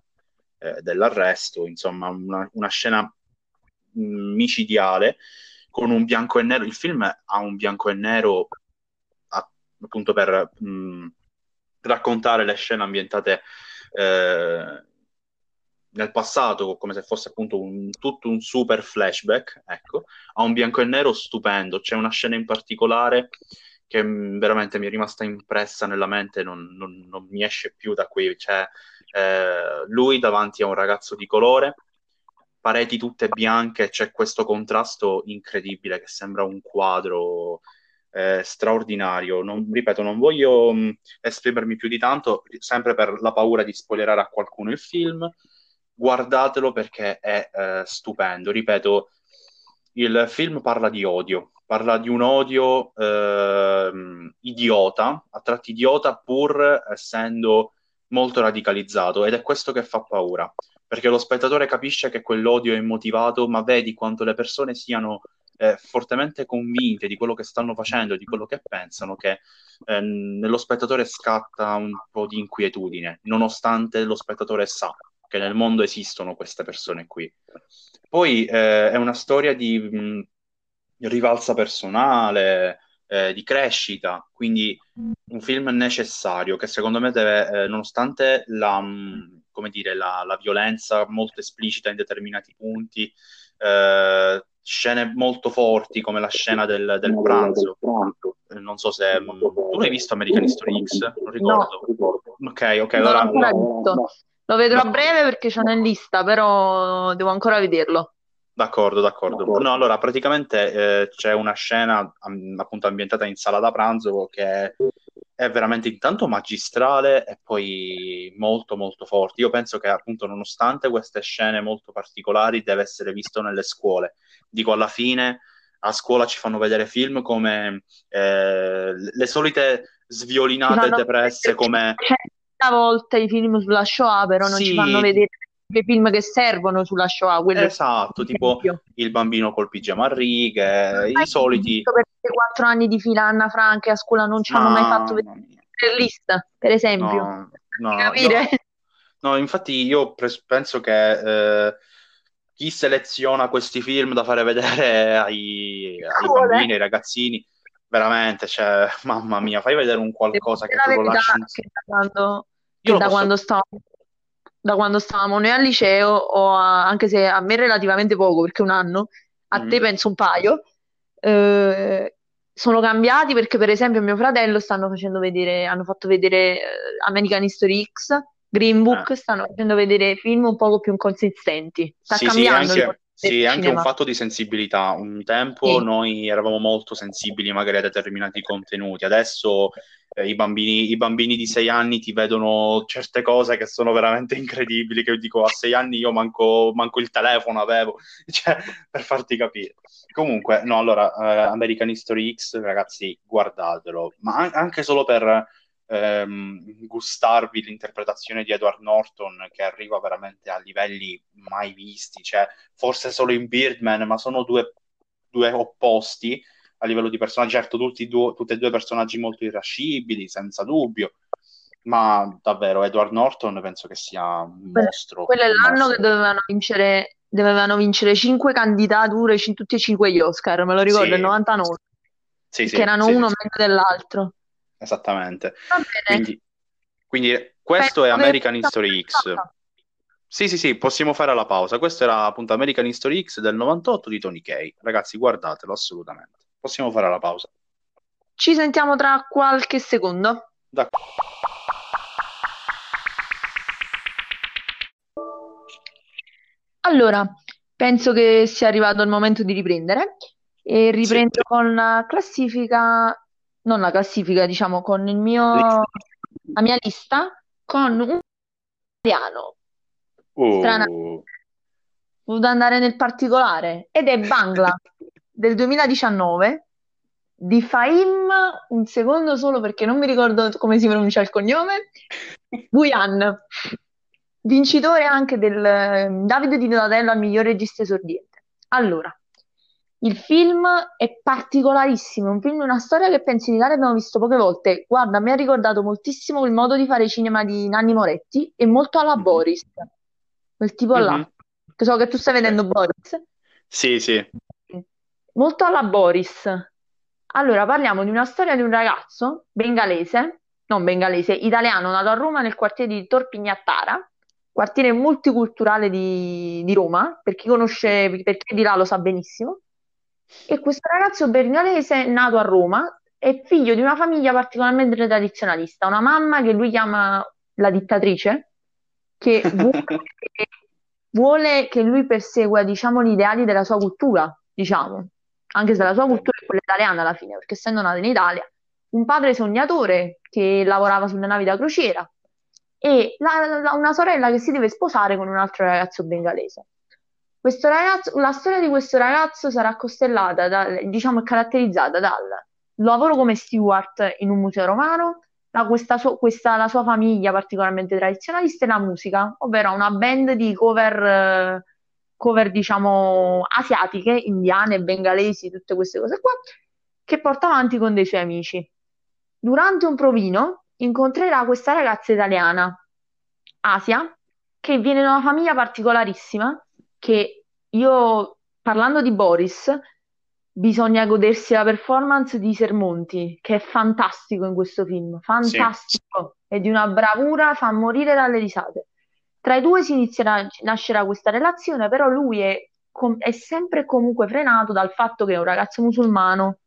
eh, dell'arresto, insomma, una, una scena mh, micidiale con un bianco e nero. Il film ha un bianco e nero a- appunto per mh, raccontare le scene ambientate eh, nel passato, come se fosse appunto un, tutto un super flashback, ecco, ha un bianco e nero stupendo. C'è una scena in particolare che mh, veramente mi è rimasta impressa nella mente, non, non- non mi esce più da qui. C'è eh, lui davanti a un ragazzo di colore, pareti tutte bianche, c'è questo contrasto incredibile che sembra un quadro eh, straordinario. Non, ripeto, non voglio mh, esprimermi più di tanto, sempre per la paura di spoilerare a qualcuno il film. Guardatelo perché è eh, stupendo. Ripeto, il film parla di odio, parla di un odio ehm, idiota, a tratti idiota, pur essendo molto radicalizzato, ed è questo che fa paura, perché lo spettatore capisce che quell'odio è immotivato, ma vedi quanto le persone siano eh, fortemente convinte di quello che stanno facendo, di quello che pensano, che eh, nello spettatore scatta un po' di inquietudine, nonostante lo spettatore sa che nel mondo esistono queste persone qui. Poi eh, è una storia di mh, rivalsa personale, eh, di crescita, quindi un film necessario che secondo me deve, eh, nonostante la, mh, come dire, la, la violenza molto esplicita in determinati punti, eh, scene molto forti come la scena del, del pranzo. Eh, Non so se mh, tu l'hai visto American History X? Non no, ricordo. Ok, ok, non l'ho allora ancora visto. Lo vedrò a d'accordo. breve perché c'è in lista, però devo ancora vederlo. D'accordo, d'accordo. No, allora praticamente eh, c'è una scena am- appunto ambientata in sala da pranzo che è veramente intanto magistrale e poi molto molto forte. Io penso che appunto nonostante queste scene molto particolari deve essere visto nelle scuole. Dico alla fine a scuola ci fanno vedere film come eh, le solite Ci sviolinate e fanno depresse vedere come cinquecento volte i film sulla Shoah, però non ci fanno sì, vedere i film che servono sulla Shoah, quello è esatto, tipo l'esempio. il bambino col pigiama a Non righe, hai i soliti. visto perché quattro anni di fila Anna Frank e a scuola non ci hanno mai fatto Mamma vedere mia. il list, per esempio. No, no, Capire? io, no, infatti io pres- penso che eh, chi seleziona questi film da fare vedere ai, ai Scuole. bambini, ai ragazzini, veramente, cioè, mamma mia, fai vedere un Devo qualcosa che dire la proprio verità lasci un... che da quando, Io che lo da posso... quando stavo, da quando stavamo noi al liceo, ho, anche se a me relativamente poco, perché un anno, a te Mhm. penso un paio, eh, sono cambiati perché per esempio mio fratello stanno facendo vedere, hanno fatto vedere eh, American History X, Green Eh. Book, stanno facendo vedere film un poco più consistenti. Sta Sì, sì, è cambiando anche, l'economia del sì, è anche un cinema. fatto di sensibilità. Un tempo Sì. noi eravamo molto sensibili magari a determinati contenuti, adesso eh, i bambini, i bambini di sei anni ti vedono certe cose che sono veramente incredibili, che io dico a sei anni io manco, manco il telefono avevo, cioè, per farti capire. Comunque, no, allora, eh, American History X, ragazzi, guardatelo, ma an- anche solo per ehm, gustarvi l'interpretazione di Edward Norton che arriva veramente a livelli mai visti, cioè forse solo in Birdman, ma sono due, due opposti a livello di personaggi, certo tutti, e due, tutti e due personaggi molto irascibili, senza dubbio, ma davvero Edward Norton penso che sia un Quello, mostro, quello è un l'anno che mostro. dovevano vincere, dovevano vincere cinque candidature, cin- tutti e cinque gli Oscar, me lo ricordo, nel Sì, novantanove, sì, perché sì, erano sì, sì, uno sì, meglio dell'altro. esattamente. Va bene, Quindi, quindi questo è penso che American possiamo fare History X. pausa. Sì, sì, sì, possiamo fare la pausa. Questo era appunto American History X del novantotto di Tony Kay. Ragazzi, guardatelo assolutamente. Possiamo fare la pausa. Ci sentiamo tra qualche secondo. D'accordo. Allora, penso che sia arrivato il momento di riprendere e Sì. riprendo con la classifica, non la classifica, diciamo, con il mio, Lì- la mia lista con un italiano. Strana, Oh. ho voluto andare nel particolare ed è Bangla del duemiladiciannove di Fahim, un secondo solo perché non mi ricordo come si pronuncia il cognome, Guyan, vincitore anche del eh, Davide di Donatello al miglior regista esordiente. Allora, il film è particolarissimo, è un film, una storia che penso in Italia abbiamo visto poche volte. Guarda, mi ha ricordato moltissimo il modo di fare cinema di Nanni Moretti e molto alla Mhm. Boris, quel tipo là. Mhm. Che so che tu stai Ok. vedendo Boris. Sì, sì. Molto alla Boris. Allora, parliamo di una storia di un ragazzo bengalese, non bengalese, italiano, nato a Roma nel quartiere di Tor Pignattara, quartiere multiculturale di, di Roma, per chi conosce, per chi è di là lo sa benissimo. E questo ragazzo bengalese, nato a Roma, è figlio di una famiglia particolarmente tradizionalista, una mamma che lui chiama la dittatrice, che vuole, vuole che lui persegua, diciamo, gli ideali della sua cultura, diciamo, anche se la sua Ok. cultura è quella italiana alla fine, perché essendo nato in Italia, un padre sognatore che lavorava sulle navi da crociera e la- la- una sorella che si deve sposare con un altro ragazzo bengalese. Questo ragazzo, la storia di questo ragazzo sarà costellata, da, diciamo, caratterizzata dal lavoro come steward in un museo romano, la, questa suo- questa- la sua famiglia particolarmente tradizionalista e la musica, ovvero una band di cover, eh, cover, diciamo, asiatiche, indiane, bengalesi, tutte queste cose qua, che porta avanti con dei suoi amici. Durante un provino incontrerà questa ragazza italiana, Asia, che viene da una famiglia particolarissima, che io, parlando di Boris, bisogna godersi la performance di Sermonti, che è fantastico in questo film, Sì. fantastico, è di una bravura, fa morire dalle risate. Tra i due si inizierà, nascerà questa relazione, però lui è, com- è sempre e comunque frenato dal fatto che è un ragazzo musulmano,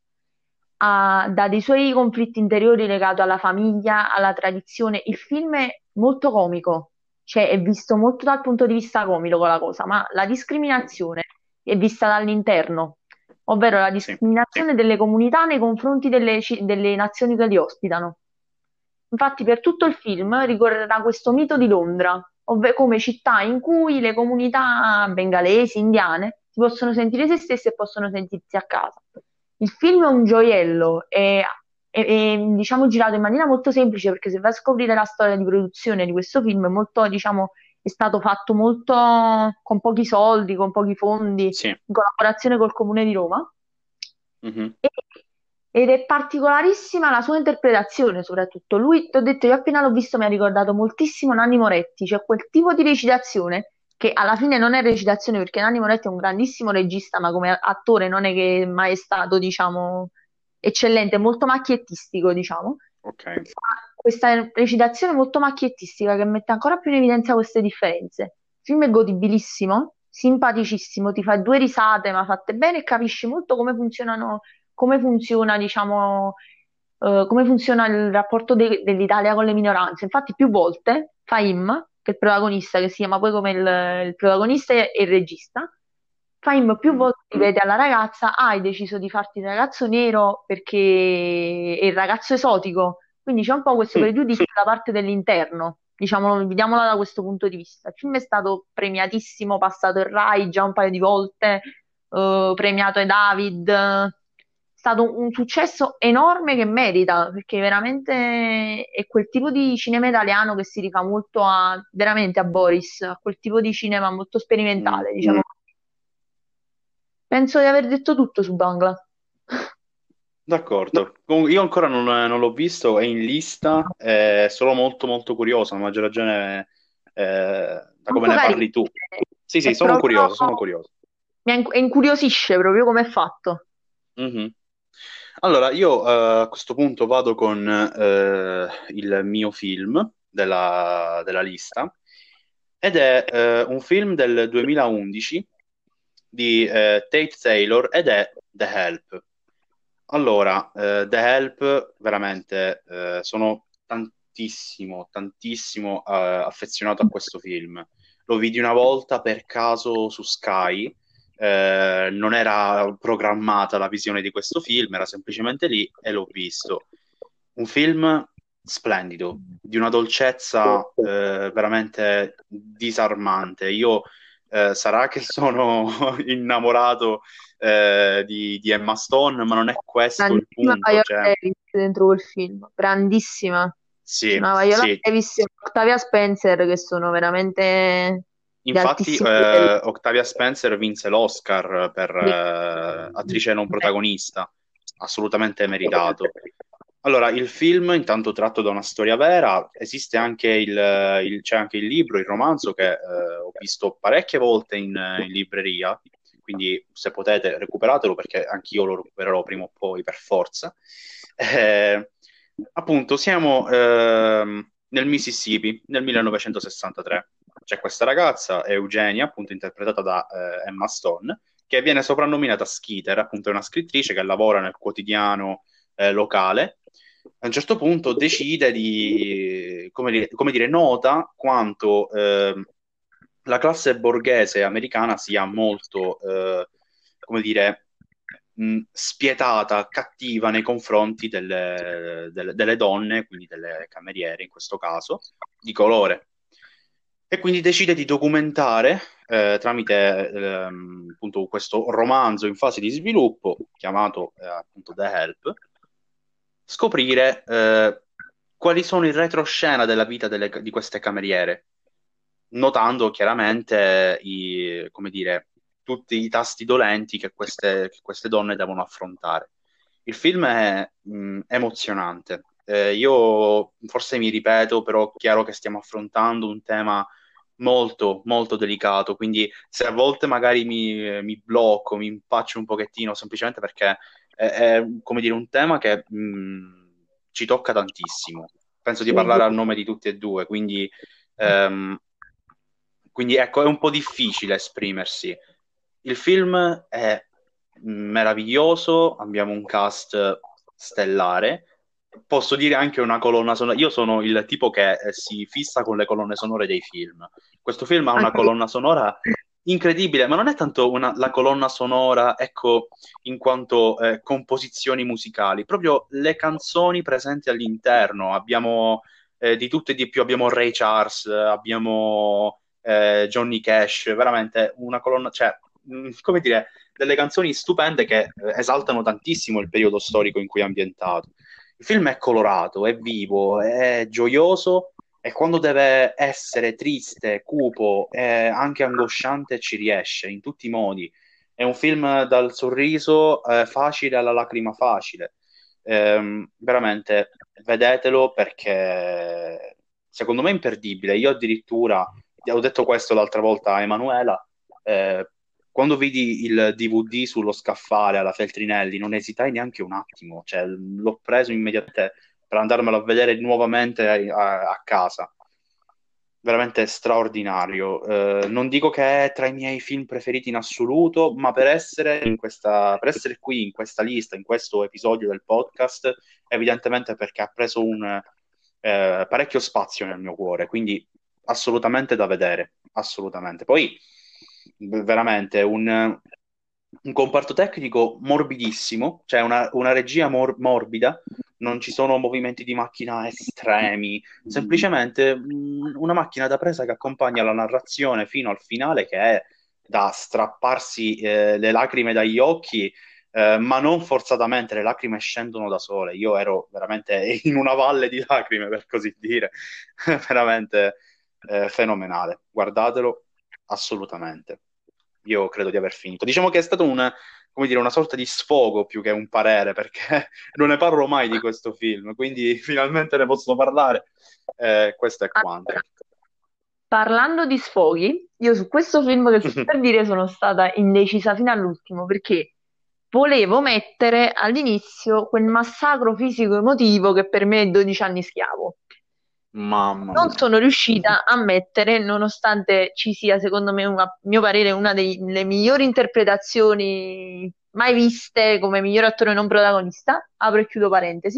ha, da dei suoi conflitti interiori legati alla famiglia, alla tradizione. Il film è molto comico, cioè è visto molto dal punto di vista comico la cosa, ma la discriminazione è vista dall'interno, ovvero la Sì. discriminazione delle comunità nei confronti delle, ci- delle nazioni che li ospitano. Infatti, per tutto il film ricorrerà questo mito di Londra, ovvero come città in cui le comunità bengalesi, indiane, si possono sentire se stesse e possono sentirsi a casa. Il film è un gioiello, è, è- è, diciamo girato in maniera molto semplice perché se vai a scoprire la storia di produzione di questo film è molto, diciamo, è stato fatto molto con pochi soldi, con pochi fondi, Sì. in collaborazione col Comune di Roma. Mhm. E- Ed è particolarissima la sua interpretazione, soprattutto. Lui, ti ho detto, io appena l'ho visto mi ha ricordato moltissimo Nanni Moretti, cioè quel tipo di recitazione che alla fine non è recitazione perché Nanni Moretti è un grandissimo regista, ma come attore non è che è mai stato, diciamo, eccellente, è molto macchiettistico, diciamo. Ok. Fa questa recitazione molto macchiettistica che mette ancora più in evidenza queste differenze. Il film è godibilissimo, simpaticissimo, ti fa due risate, ma fatte bene e capisci molto come funzionano, come funziona, diciamo, eh, come funziona il rapporto de- dell'Italia con le minoranze. Infatti, più volte Fahim, che è il protagonista, che si chiama poi come il, il protagonista e il regista, Fahim più Mm. volte ripete alla ragazza: "Ah, hai deciso di farti il ragazzo nero perché è il ragazzo esotico." Quindi c'è un po' questo pregiudizio da parte dell'interno, diciamo, vediamola da questo punto di vista. Il film è stato premiatissimo, passato il Rai già un paio di volte, eh, premiato ai David. È stato un successo enorme che merita, perché veramente è quel tipo di cinema italiano che si rifà molto a, veramente a Boris, a quel tipo di cinema molto Mm. sperimentale, diciamo. Penso di aver detto tutto su Bangla. D'accordo. Comunque, io ancora non, non l'ho visto, è in lista, è solo molto molto curioso, a maggior ragione eh, da come Molto ne carino. parli tu. Sì, sì, È sono proprio, curioso, sono curioso. mi inc- incuriosisce proprio come è fatto. Mhm. Allora, io eh, a questo punto vado con eh, il mio film della, della lista ed è eh, un film del duemilaundici di eh, Tate Taylor ed è The Help. Allora, eh, The Help, veramente, eh, sono tantissimo, tantissimo eh, affezionato a questo film. Lo vidi una volta per caso su Sky eh, non era programmata la visione di questo film, era semplicemente lì e l'ho visto. Un film splendido, di una dolcezza eh, veramente disarmante. Io eh, sarà che sono innamorato eh, di, di Emma Stone, ma non è questo il Grandissima punto. Viola Cioè, Davis dentro quel film, grandissima. C'è sì, una Viola sì. Davis e Octavia Spencer che sono veramente di Infatti, altissimo livello. eh, Octavia Spencer vinse l'Oscar per Sì. eh, attrice non protagonista, assolutamente meritato. Allora, il film, intanto tratto da una storia vera, esiste anche il, il- c'è anche il libro, il romanzo che eh, ho visto parecchie volte in, in libreria, quindi se potete recuperatelo perché anch'io lo recupererò prima o poi per forza. Eh, appunto, siamo ehm, nel Mississippi nel millenovecentosessantatré. C'è questa ragazza, Eugenia, appunto interpretata da eh, Emma Stone, che viene soprannominata Skeeter, appunto è una scrittrice che lavora nel quotidiano eh, locale. A un certo punto decide di, come dire, come dire, nota quanto ehm, la classe borghese americana sia molto, eh, come dire, mh, spietata, cattiva nei confronti delle, delle- delle donne, quindi delle cameriere in questo caso, di colore. E quindi decide di documentare eh, tramite ehm, appunto questo romanzo in fase di sviluppo, chiamato eh, appunto The Help, scoprire eh, quali sono il retroscena della vita delle- di queste cameriere, notando chiaramente i, come dire, tutti i tasti dolenti che queste, che queste donne devono affrontare. Il film è mh, emozionante. Eh, io forse mi ripeto, però è chiaro che stiamo affrontando un tema molto, molto delicato, quindi se a volte magari mi, mi blocco, mi impaccio un pochettino, semplicemente perché è, è, come dire, un tema che mh, ci tocca tantissimo. Penso di Sì, sì. parlare a nome di tutti e due, quindi ehm, quindi ecco, è un po' difficile esprimersi. Il film è meraviglioso, abbiamo un cast stellare, posso dire anche una colonna sonora. Io sono il tipo che eh, si fissa con le colonne sonore dei film. Questo film ha una Anche colonna sonora incredibile, ma non è tanto una- la colonna sonora, ecco, in quanto eh, composizioni musicali, proprio le canzoni presenti all'interno. Abbiamo eh, di tutto e di più, abbiamo Ray Charles, abbiamo eh, Johnny Cash, veramente una colonna, cioè, mh, come dire, delle canzoni stupende che eh, esaltano tantissimo il periodo storico in cui è ambientato. Il film è colorato, è vivo, è gioioso e quando deve essere triste, cupo e anche angosciante ci riesce in tutti i modi. È un film dal sorriso eh, facile alla lacrima facile. Ehm, veramente vedetelo perché secondo me è imperdibile. Io addirittura ho detto questo l'altra volta a Emanuela. eh, Quando vidi il D V D sullo scaffale alla Feltrinelli, non esitai neanche un attimo, cioè l'ho preso immediatamente per andarmelo a vedere nuovamente a, a casa. Veramente straordinario. Eh, non dico che è tra i miei film preferiti in assoluto, ma per essere in questa, per essere qui in questa lista, in questo episodio del podcast, evidentemente perché ha preso un eh, parecchio spazio nel mio cuore, quindi assolutamente da vedere, assolutamente. Poi v- veramente un, un comparto tecnico morbidissimo, cioè una, una regia mor- morbida, non ci sono movimenti di macchina estremi, semplicemente mh, una macchina da presa che accompagna la narrazione fino al finale, che è da strapparsi eh, le lacrime dagli occhi, eh, ma non forzatamente, le lacrime scendono da sole. Io ero veramente in una valle di lacrime, per così dire, veramente eh, fenomenale. Guardatelo assolutamente. Io credo di aver finito. Diciamo che è stato un, come dire, una sorta di sfogo più che un parere, perché non ne parlo mai di questo film, quindi finalmente ne posso parlare. Eh, questo è quanto. allora, parlando di sfoghi, io su questo film che sto per dire sono stata indecisa fino all'ultimo perché volevo mettere all'inizio quel massacro fisico-emotivo che per me è dodici anni schiavo. Mamma Non mia. sono riuscita a mettere, nonostante ci sia, secondo me, una- a mio parere, una delle migliori interpretazioni mai viste come miglior attore non protagonista, apro e chiudo parentesi,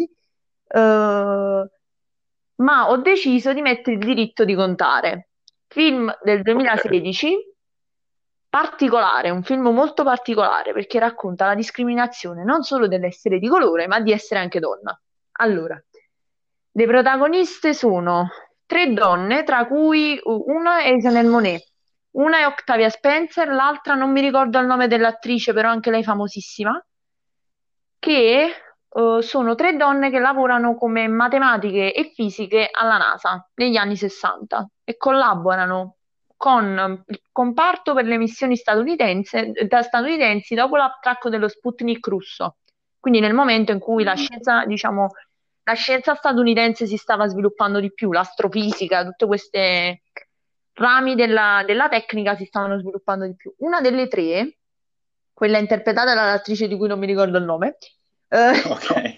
eh, ma ho deciso di mettere Il diritto di contare, film del duemilasedici, particolare, un film molto particolare perché racconta la discriminazione non solo dell'essere di colore, ma di essere anche donna. Allora, le protagoniste sono tre donne, tra cui uh, una è Janelle Monáe, una è Octavia Spencer, l'altra non mi ricordo il nome dell'attrice, però anche lei famosissima, che eh, sono tre donne che lavorano come matematiche e fisiche alla NASA negli anni sessanta e collaborano con il comparto per le missioni statunitense- da statunitensi dopo l'attracco dello Sputnik russo. Quindi nel momento in cui la Mm. scienza, diciamo, la scienza statunitense si stava sviluppando di più, l'astrofisica, tutte queste rami della, della tecnica si stavano sviluppando di più. Una delle tre, quella interpretata dall'attrice di cui non mi ricordo il nome, eh, Ok.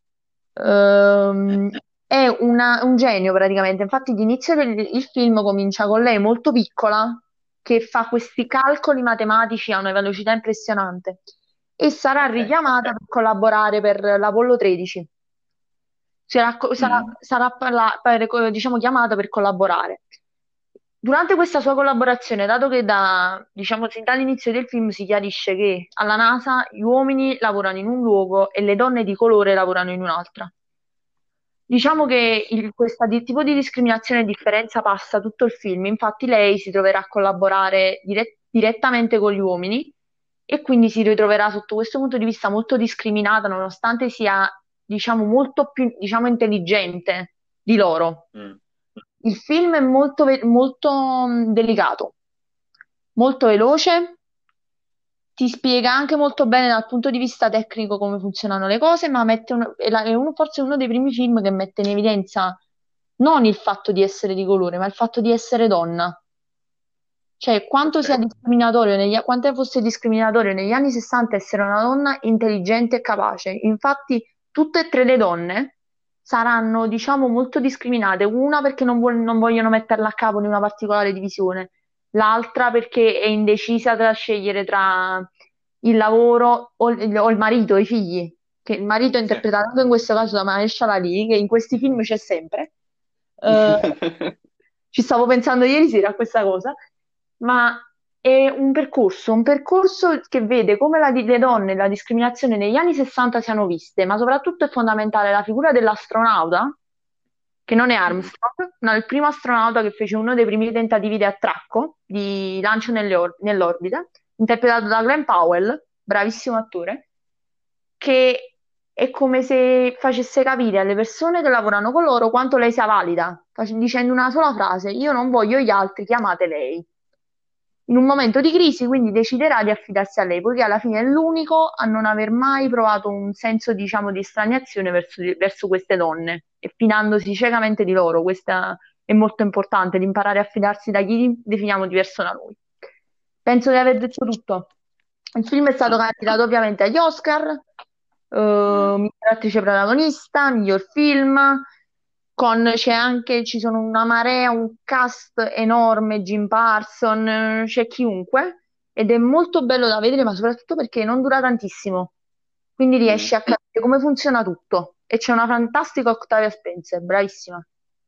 ehm, è una- un genio praticamente. Infatti, l'inizio del il film comincia con lei molto piccola che fa questi calcoli matematici a una velocità impressionante e sarà Ok. richiamata per collaborare per l'Apollo tredici. Sarà, co- sarà- Mm. sarà parla- per- diciamo, chiamata per collaborare. Durante questa sua collaborazione, dato che da, diciamo, sin dall'inizio del film si chiarisce che alla NASA gli uomini lavorano in un luogo e le donne di colore lavorano in un'altra. Diciamo che il- questo tipo di discriminazione e differenza passa tutto il film, infatti lei si troverà a collaborare dire- direttamente con gli uomini e quindi si ritroverà sotto questo punto di vista molto discriminata, nonostante sia, diciamo, molto più, diciamo, intelligente di loro. Mm. Il film è molto, ve- molto mh, delicato, molto veloce, ti spiega anche molto bene dal punto di vista tecnico come funzionano le cose, ma mette un- è, la- è uno, forse uno dei primi film che mette in evidenza non il fatto di essere di colore, ma il fatto di essere donna. Cioè, quanto sia Ok. discriminatorio negli, quanto fosse discriminatorio negli anni sessanta essere una donna intelligente e capace. Infatti, tutte e tre le donne saranno, diciamo, molto discriminate. Una perché non, vuol- non vogliono metterla a capo di una particolare divisione, l'altra perché è indecisa tra scegliere tra il lavoro o il, o il marito, i figli. Che il marito è Sì. interpretato anche in questo caso da Mahershala Ali, che in questi film c'è sempre. Eh, ci stavo pensando ieri sera a questa cosa, ma è un percorso, un percorso che vede come la- le donne e la discriminazione negli anni sessanta siano viste, ma soprattutto è fondamentale la figura dell'astronauta, che non è Mm. Armstrong, ma il primo astronauta che fece uno dei primi tentativi di attracco, di lancio nelle or- nell'orbita, interpretato da Glenn Powell, bravissimo attore, che è come se facesse capire alle persone che lavorano con loro quanto lei sia valida, face- dicendo una sola frase: io non voglio gli altri, chiamate lei. In un momento di crisi, quindi deciderà di affidarsi a lei, poiché alla fine è l'unico a non aver mai provato un senso, diciamo, di estraniazione verso, verso queste donne, e fidandosi ciecamente di loro. Questa è molto importante, di imparare a fidarsi da chi definiamo diverso da noi. Penso di aver detto tutto. Il film è stato candidato ovviamente agli Oscar, eh, Mm. miglior attrice protagonista, miglior film, con c'è anche, ci sono una marea, un cast enorme, Jim Parson, eh, c'è chiunque, ed è molto bello da vedere, ma soprattutto perché non dura tantissimo, quindi Mm. riesci a capire come funziona tutto. E c'è una fantastica Octavia Spencer, bravissima.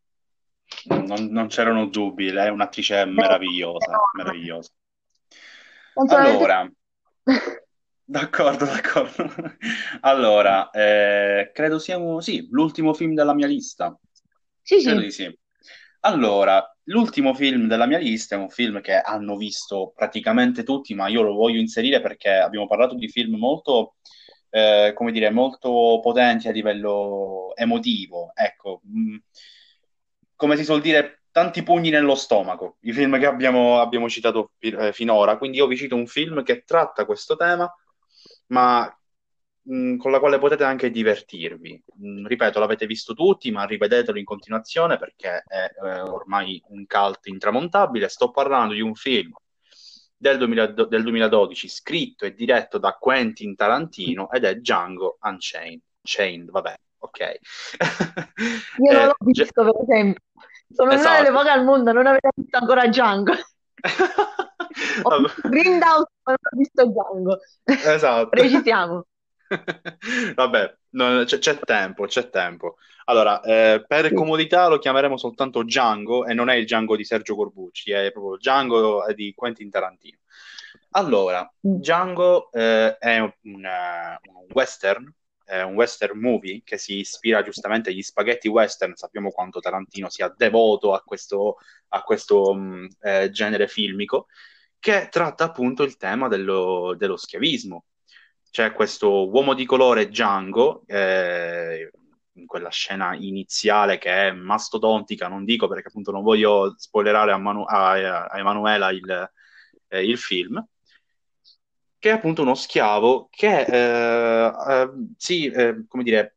Non, non c'erano dubbi, lei è un'attrice meravigliosa, Enorme. meravigliosa. Penso di aver Allora, detto- d'accordo, d'accordo. Allora, eh, credo siamo, sì, l'ultimo film della mia lista. Sì, Credo sì. di sì. Allora, l'ultimo film della mia lista è un film che hanno visto praticamente tutti, ma io lo voglio inserire perché abbiamo parlato di film molto, eh, come dire, molto potenti a livello emotivo. Ecco, mh, come si suol dire, tanti pugni nello stomaco, i film che abbiamo, abbiamo citato fi- eh, finora. Quindi io vi cito un film che tratta questo tema, ma mh, con la quale potete anche divertirvi. Mh, ripeto, l'avete visto tutti, ma rivedetelo in continuazione perché è eh, ormai un cult intramontabile. Sto parlando di un film del duemila del duemiladodici, scritto e diretto da Quentin Tarantino ed è Django Unchained. Chained, vabbè, ok. Io non l'ho Eh, Ge- visto, per esempio. Sono una delle esatto. poche al mondo a non aver visto ancora Django. Ho Vabbè. visto Grindhouse, ma non ho visto Django. Esatto. Precisiamo. Vabbè, non- c'è c'è tempo, c'è tempo. Allora, eh, per Sì. comodità lo chiameremo soltanto Django e non è il Django di Sergio Corbucci, è proprio Django di Quentin Tarantino. Allora, Mm. Django eh, è un, eh, un western, è un western movie che si ispira giustamente agli spaghetti western. Sappiamo quanto Tarantino sia devoto a questo, a questo mh, eh, genere filmico, che tratta appunto il tema dello, dello schiavismo. C'è questo uomo di colore Django, eh, in quella scena iniziale che è mastodontica, non dico perché appunto non voglio spoilerare a, Manu- a- a Emanuela il, eh, il film, che è appunto uno schiavo che eh, eh, si, eh, come dire,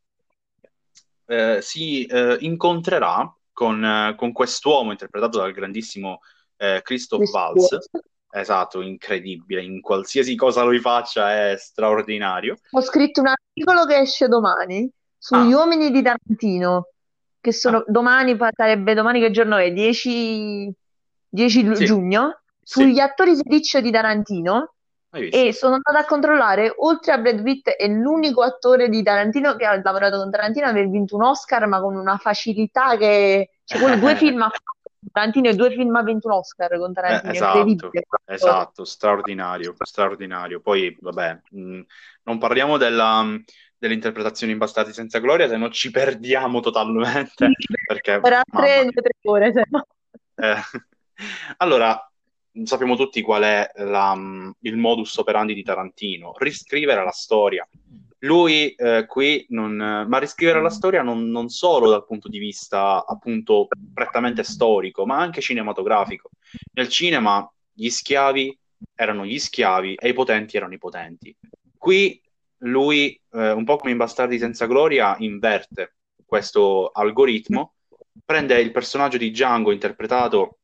eh, si eh, incontrerà con, eh, con quest'uomo interpretato dal grandissimo eh, Christoph Questo- Waltz. Esatto, incredibile, in qualsiasi cosa lui faccia è straordinario. Ho scritto un articolo che esce domani sugli Ah, uomini di Tarantino, che sono ah, domani, pa- sarebbe domani che giorno è? dieci, dieci lu- sì, giugno, sì, sugli attori feticcio di Tarantino hai visto? e sono andata a controllare, oltre a Brad Pitt è l'unico attore di Tarantino che ha lavorato con Tarantino ad aver vinto un Oscar, ma con una facilità che... Cioè, quello due film ha fatto con Tarantino e due film ha vinto un Oscar con Eh, Tarantino, esatto, incredibile. Questo. esatto, straordinario, straordinario. Poi, vabbè, mh, non parliamo della, mh, delle interpretazioni impastate senza gloria, se no ci perdiamo Sì, totalmente, perché, per mamma altre mia. due o tre ore, se no. Eh, allora, sappiamo tutti qual è la, mh, il modus operandi di Tarantino: riscrivere la storia. Lui eh, qui non, ma riscrivere la storia non, non solo dal punto di vista appunto prettamente storico, ma anche cinematografico. Nel cinema gli schiavi erano gli schiavi e i potenti erano i potenti. Qui lui, eh, un po' come in Bastardi senza gloria, inverte questo algoritmo, prende il personaggio di Django interpretato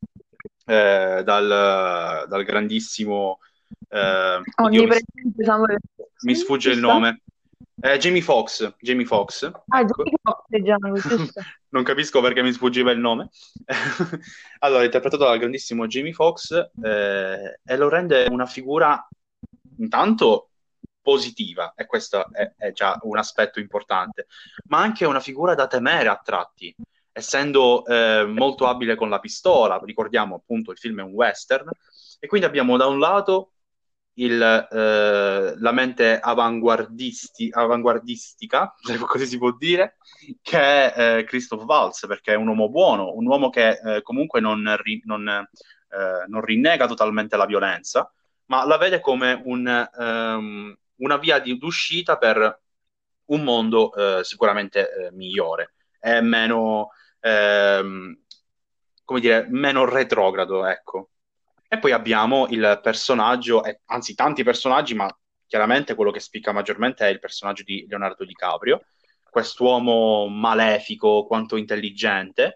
eh, dal, dal grandissimo, eh, oddio, mi, Onnipresente Samuele mi Jackson, sfugge il giusto? nome. Eh, Jamie Foxx, Jamie Foxx, Ah, ecco. Gianni Coste, Gianni, giusto? Non capisco perché mi sfuggiva il nome. Allora, interpretato dal grandissimo Jamie Foxx, eh, e lo rende una figura intanto positiva, e questo è, è già un aspetto importante, ma anche una figura da temere a tratti, essendo eh, molto abile con la pistola. Ricordiamo appunto il film è un western, e quindi abbiamo da un lato il, eh, la mente avanguardisti- avanguardistica, se così si può dire, che è eh, Christoph Waltz, perché è un uomo buono, un uomo che eh, comunque non, ri- non, eh, non rinnega totalmente la violenza, ma la vede come un, ehm, una via di d'uscita per un mondo eh, sicuramente eh, migliore e meno, ehm, come dire, meno retrogrado, ecco. E poi abbiamo il personaggio, eh, anzi tanti personaggi, ma chiaramente quello che spicca maggiormente è il personaggio di Leonardo DiCaprio, quest'uomo malefico quanto intelligente,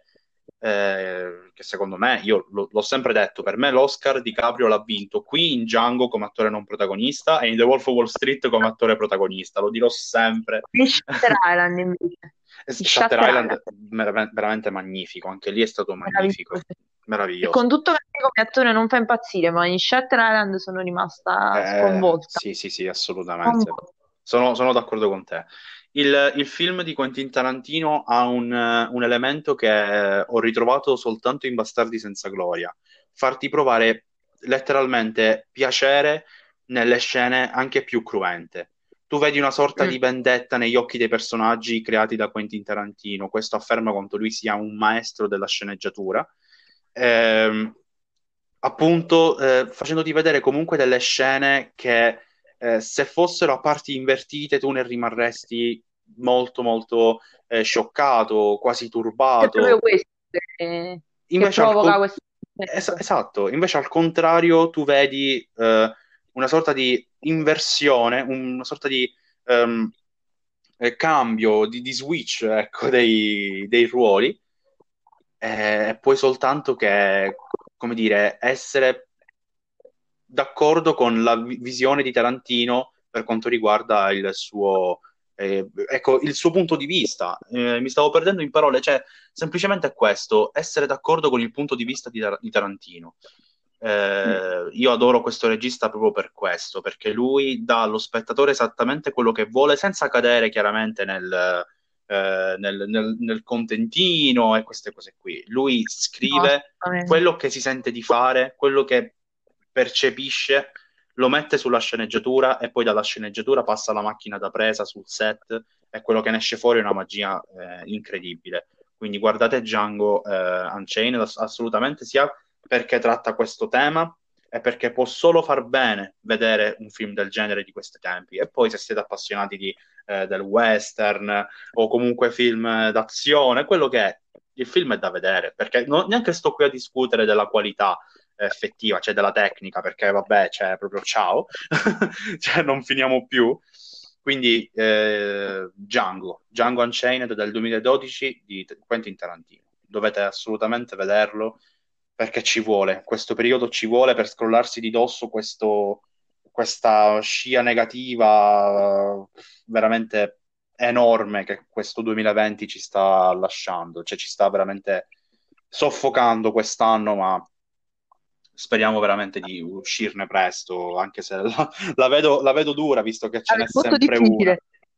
eh, che secondo me, io l- l'ho sempre detto, per me l'Oscar DiCaprio l'ha vinto qui in Django come attore non protagonista e in The Wolf of Wall Street come attore protagonista, lo dirò sempre. Di Shutter Island invece. Di Shutter Shutter Island, Island, ver- veramente magnifico, anche lì è stato magnifico, meraviglioso. E meraviglioso. con tutto che a me come attore non fa impazzire, ma in Shutter Island sono rimasta Eh, sconvolta. sì, sì, sì, assolutamente. Sconvolta. Sono, sono d'accordo con te. Il, il film di Quentin Tarantino ha un, eh, un elemento che ho ritrovato soltanto in Bastardi senza gloria: farti provare letteralmente piacere nelle scene anche più cruente. Tu vedi una sorta Mm. di vendetta negli occhi dei personaggi creati da Quentin Tarantino. Questo afferma quanto lui sia un maestro della sceneggiatura. Ehm, appunto, eh, facendoti vedere comunque delle scene che eh, se fossero a parti invertite tu ne rimarresti molto molto eh, scioccato, quasi È proprio turbato. questo che, che Invece al provoca co- questo es- effetto. esatto, invece al contrario tu vedi eh, una sorta di inversione, una sorta di ehm, eh, cambio, di, di switch, ecco, dei, dei ruoli, eh, e puoi soltanto che, come dire, essere d'accordo con la vi- visione di Tarantino per quanto riguarda il suo, eh, ecco, il suo punto di vista. Eh, mi stavo perdendo in parole, cioè semplicemente è questo: essere d'accordo con il punto di vista di, Tar- di Tarantino. Mm. Eh, io adoro questo regista proprio per questo, perché lui dà allo spettatore esattamente quello che vuole, senza cadere chiaramente nel, eh, nel, nel- nel contentino e queste cose qui. Lui No, scrive assolutamente. quello che si sente di fare, quello che percepisce, lo mette sulla sceneggiatura e poi dalla sceneggiatura passa la macchina da presa sul set e quello che ne esce fuori è una magia eh, incredibile. Quindi guardate Django eh, Unchained ass- assolutamente, sia perché tratta questo tema e perché può solo far bene vedere un film del genere di questi tempi. E poi se siete appassionati di, eh, del western o comunque film d'azione, quello che è, il film è da vedere, perché non- neanche sto qui a discutere della qualità effettiva, cioè della tecnica, perché vabbè, cioè proprio ciao, cioè non finiamo più. Quindi eh, Django, Django Unchained del duemiladodici di Quentin Tarantino. Dovete assolutamente vederlo perché ci vuole, questo periodo ci vuole per scrollarsi di dosso questo, questa scia negativa eh, veramente enorme che questo duemilaventi ci sta lasciando, cioè ci sta veramente soffocando quest'anno, ma speriamo veramente di uscirne presto, anche se la, la vedo, la vedo dura, visto che ce È n'è molto sempre una. difficile.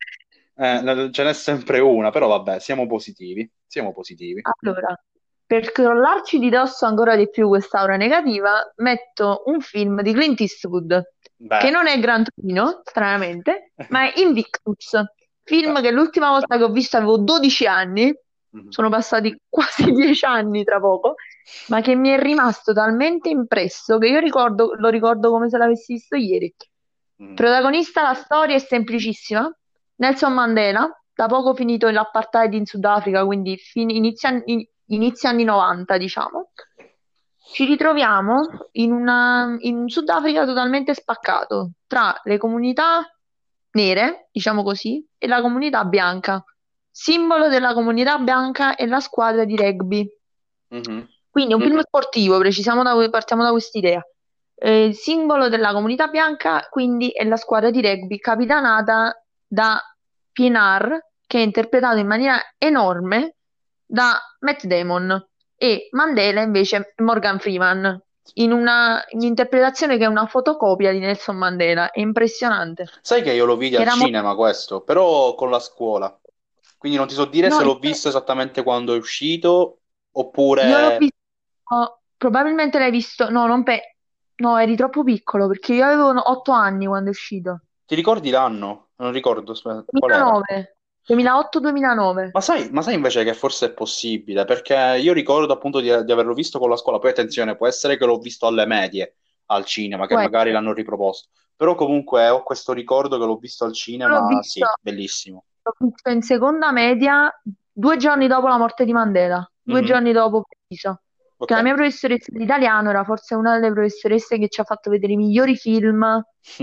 Eh, ce n'è sempre una, però vabbè, siamo positivi, siamo positivi. Allora, per crollarci di dosso ancora di più quest'aura negativa, metto un film di Clint Eastwood, che Beh, non è Gran Torino, stranamente, ma è Invictus, beh. film che l'ultima volta che ho visto avevo dodici anni, Mhm, sono passati quasi dieci anni tra poco, ma che mi è rimasto talmente impresso che io ricordo, lo ricordo come se l'avessi visto ieri. mhm, Protagonista, la storia è semplicissima. Nelson Mandela, da poco finito l'apartheid in Sudafrica, quindi fin- inizia, in- inizia anni novanta, diciamo, ci ritroviamo in, una- in un Sudafrica totalmente spaccato tra le comunità nere, diciamo così, e la comunità bianca. Simbolo della comunità bianca è la squadra di rugby. mhm, Quindi è un film sportivo, precisiamo da, partiamo da quest'idea. Eh, il simbolo della comunità bianca, quindi, è la squadra di rugby capitanata da Pienaar, che è interpretato in maniera enorme da Matt Damon, e Mandela invece è Morgan Freeman, in una in un'interpretazione che è una fotocopia di Nelson Mandela. È impressionante. Sai che io lo vidi Che al era molto... cinema questo, però con la scuola. Quindi non ti so dire No, se io l'ho visto esattamente quando è uscito, io l'ho oppure... visto, probabilmente l'hai visto, no, non pe... no, eri troppo piccolo perché io avevo otto anni quando è uscito. Ti ricordi l'anno? Non ricordo, aspetta, qual era? duemilanove, duemilaotto-duemilanove. Ma sai, ma sai invece che forse è possibile, perché io ricordo appunto di, di averlo visto con la scuola, poi attenzione, può essere che l'ho visto alle medie al cinema, che Può magari essere. l'hanno riproposto, però comunque ho questo ricordo che l'ho visto al Io L'ho cinema, visto, sì, bellissimo. l'ho visto in seconda media due giorni dopo la morte di Mandela, due Mhm, giorni dopo preciso. Che ok. la mia professoressa di italiano era forse una delle professoresse che ci ha fatto vedere i migliori film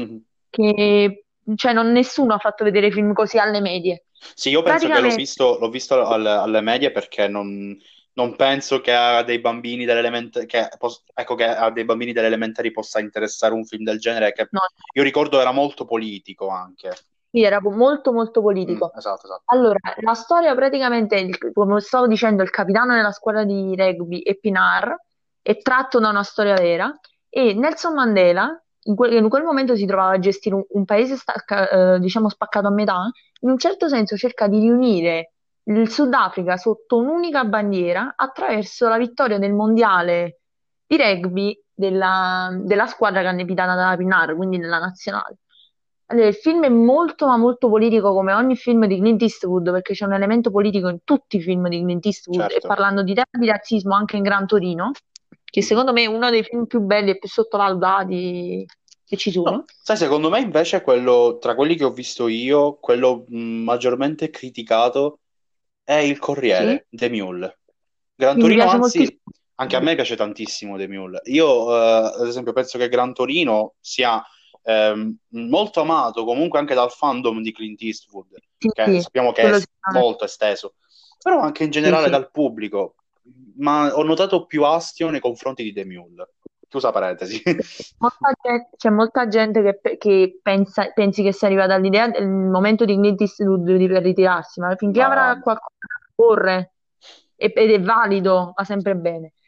che, cioè, non, nessuno ha fatto vedere film così alle medie. Sì, io penso che l'ho Praticamente, visto, l'ho visto al- alle medie perché non, non penso che a dei bambini dell'elementare, che, pos- ecco, che a dei bambini delle elementari possa interessare un film del genere, che no, io ricordo era molto politico anche. sì, era molto molto Mm, politico. esatto, esatto. Allora, la storia praticamente, il- come stavo dicendo, il capitano della squadra di rugby è Pinar, è tratto da una storia vera, e Nelson Mandela, in quel, in quel momento si trovava a gestire un, un paese stacca- eh, diciamo spaccato a metà, in un certo senso cerca di riunire il Sudafrica sotto un'unica bandiera attraverso la vittoria del mondiale di rugby della, della squadra che è capitata da Pinar, quindi della nazionale. Allora, il film è molto ma molto politico come ogni film di Clint Eastwood, perché c'è un elemento politico in tutti i film di Clint Eastwood, e Certo. parlando di tema di razzismo anche in Gran Torino, che Mhm. secondo me è uno dei film più belli e più sottovalutati che ci No, sono. sai, secondo me invece quello, tra quelli che ho visto io, quello mh, maggiormente criticato è Il Sì? Corriere, The Mule. Gran Quindi Torino, piace anzi, moltissimo. anche a me piace tantissimo The Mule. Io, eh, ad esempio, penso che Gran Torino sia ehm, molto amato comunque anche dal fandom di Clint Eastwood, Sì, che sì, sappiamo che è quello es- sicuramente. molto esteso, però anche in Sì, generale sì. dal pubblico. Ma ho notato più astio nei confronti di The Mule. Chiusa parentesi. Molta gente- c'è molta gente che, pe- che pensa, pensi che sia arrivata all'idea del momento di Clint Eastwood di per ritirarsi, ma finché Ma avrà qualcosa da porre e- ed è valido, va sempre bene.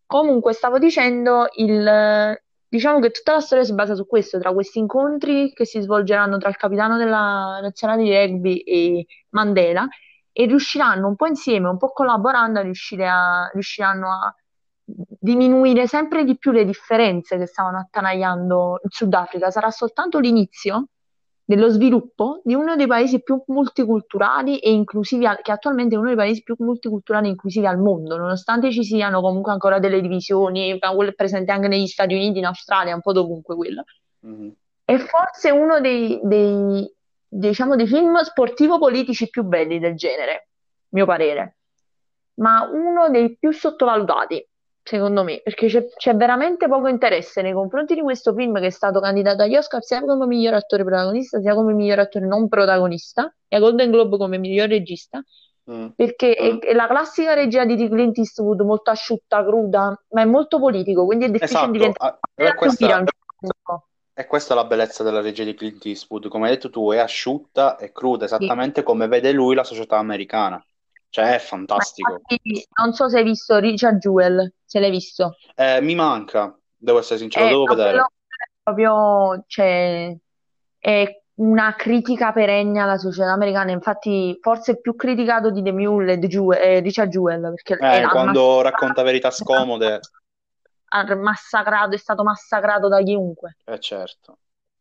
Comunque, stavo dicendo, il, diciamo che tutta la storia si basa su questo, tra questi incontri che si svolgeranno tra il capitano della nazionale di rugby e Mandela, e riusciranno un po' insieme, un po' collaborando, a riuscire a, riusciranno a diminuire sempre di più le differenze che stavano attanagliando il Sudafrica. Sarà soltanto l'inizio dello sviluppo di uno dei paesi più multiculturali e inclusivi, al- che attualmente è uno dei paesi più multiculturali e inclusivi al mondo, nonostante ci siano comunque ancora delle divisioni, ma quello è presente anche negli Stati Uniti, in Australia, un po' dovunque quello. Mhm. È forse uno dei, dei, diciamo, dei film sportivo-politici più belli del genere, mio parere, ma uno dei più sottovalutati, secondo me, perché c'è c'è veramente poco interesse nei confronti di questo film che è stato candidato agli Oscar sia come miglior attore protagonista, sia come miglior attore non protagonista, e a Golden Globe come miglior regista, Mm. perché è, è la classica regia di Clint Eastwood, molto asciutta, cruda, ma è molto politico, quindi è difficile Esatto, diventare ah, da è seguire a questa, un certo punto. è questa la bellezza della regia di Clint Eastwood. Come hai detto tu, è asciutta e cruda, Sì. esattamente come vede lui la società americana. Cioè, è Ma fantastico. infatti non so se hai visto Richard Jewell, se l'hai visto. Eh, mi manca, devo essere sincero, lo È, devo no, quello vedere. è proprio, cioè, è una critica perenne alla società americana, infatti forse è più criticato di The Mule e di Jewell- eh, Richard Jewell, perché è, Eh, ha quando racconta massacrato, verità scomode, ha massacrato, è stato massacrato da chiunque. eh certo.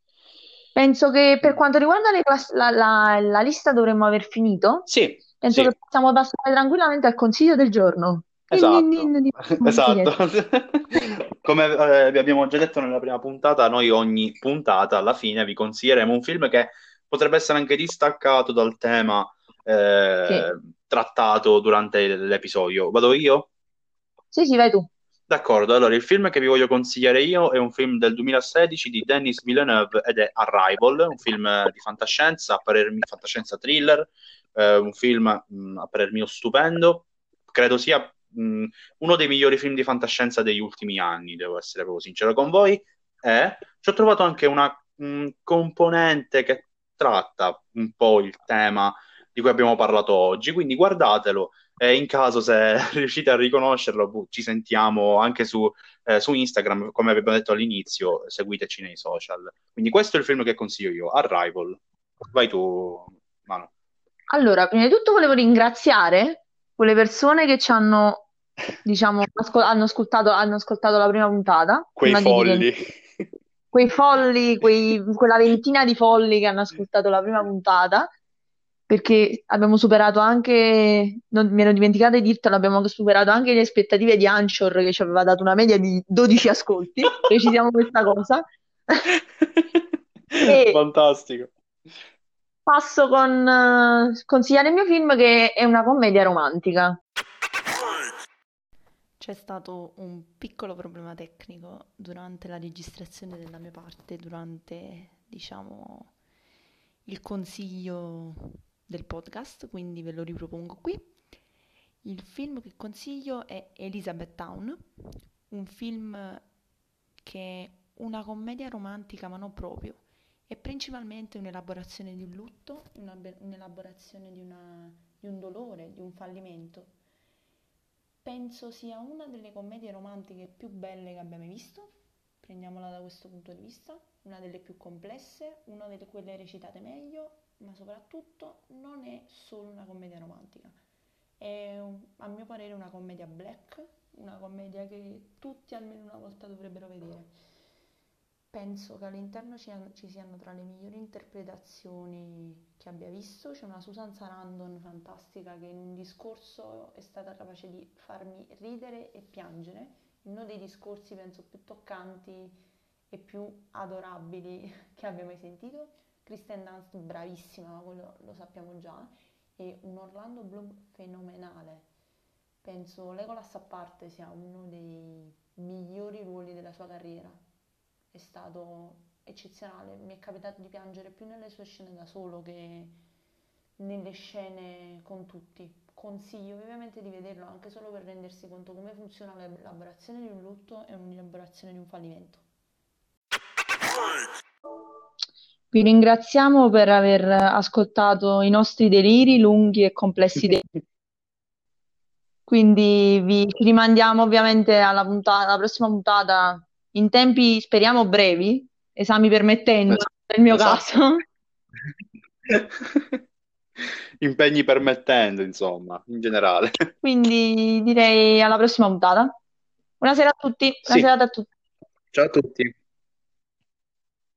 Penso che per quanto riguarda le class- la, la- la lista dovremmo aver finito. Sì, Penso sì, che possiamo passare tranquillamente al consiglio del giorno. Din din esatto, din di esatto. musichetta. Come eh, vi abbiamo già detto nella prima puntata, noi ogni puntata alla fine vi consiglieremo un film che potrebbe essere anche distaccato dal tema Sì. eh, trattato durante l'episodio. Vado io? Sì, sì, vai tu. D'accordo, allora il film che vi voglio consigliare io è un film del duemilasedici di Denis Villeneuve ed è Arrival, un film eh, di fantascienza, a parer mio, fantascienza thriller, eh, un film mh, a parer mio stupendo, credo sia mh, uno dei migliori film di fantascienza degli ultimi anni, devo essere proprio sincero con voi, e ci ho trovato anche una mh, componente che tratta un po' il tema di cui abbiamo parlato oggi, quindi guardatelo e in caso se riuscite a riconoscerlo, boh, ci sentiamo anche su, eh, su Instagram, come abbiamo detto all'inizio, seguiteci nei social. Quindi questo è il film che consiglio io, Arrival. Vai tu, Manu. Allora, prima di tutto volevo ringraziare quelle persone che ci hanno, diciamo, ascol- hanno ascoltato, hanno ascoltato la prima puntata, Quei prima di dire folli. quei folli, quei- quella ventina di folli che hanno ascoltato la prima puntata, perché abbiamo superato anche, non, mi ero dimenticata di dirtelo, abbiamo anche superato anche le aspettative di Anchor che ci aveva dato una media di dodici ascolti, precisiamo questa cosa. E Fantastico. passo con eh, consigliare il mio film che è una commedia romantica. C'è stato un piccolo problema tecnico durante la registrazione della mia parte, durante, diciamo, il consiglio del podcast, quindi ve lo ripropongo qui. Il film che consiglio è Elizabethtown, un film che è una commedia romantica, ma non proprio. È principalmente un'elaborazione di un lutto, una- un'elaborazione di, una- di un dolore, di un fallimento. Penso sia una delle commedie romantiche più belle che abbia mai visto, prendiamola da questo punto di vista, una delle più complesse, una delle quelle recitate meglio, ma soprattutto non è solo una commedia romantica, è un- a mio parere una commedia black, una commedia che tutti almeno una volta dovrebbero vedere. Penso che all'interno ci, ci siano tra le migliori interpretazioni che abbia visto. C'è una Susan Sarandon fantastica che in un discorso è stata capace di farmi ridere e piangere, in uno dei discorsi penso più toccanti e più adorabili che abbia mai sentito. Kristen Dunst bravissima, ma quello lo sappiamo già, e un Orlando Bloom fenomenale. Penso Legolas a parte sia uno dei migliori ruoli della sua carriera. È stato eccezionale, mi è capitato di piangere più nelle sue scene da solo che nelle scene con tutti. Consiglio vivamente di vederlo anche solo per rendersi conto come funziona l'elaborazione di un lutto e l'elaborazione di un fallimento. Vi ringraziamo per aver ascoltato i nostri deliri lunghi e complessi. Quindi vi ci rimandiamo ovviamente alla puntata, alla prossima puntata in tempi speriamo brevi, esami permettendo, Es- nel mio esatto. caso. Impegni permettendo, insomma, in generale. Quindi direi alla prossima puntata. Buonasera a tutti, buona Sì, serata a tutti. ciao a tutti.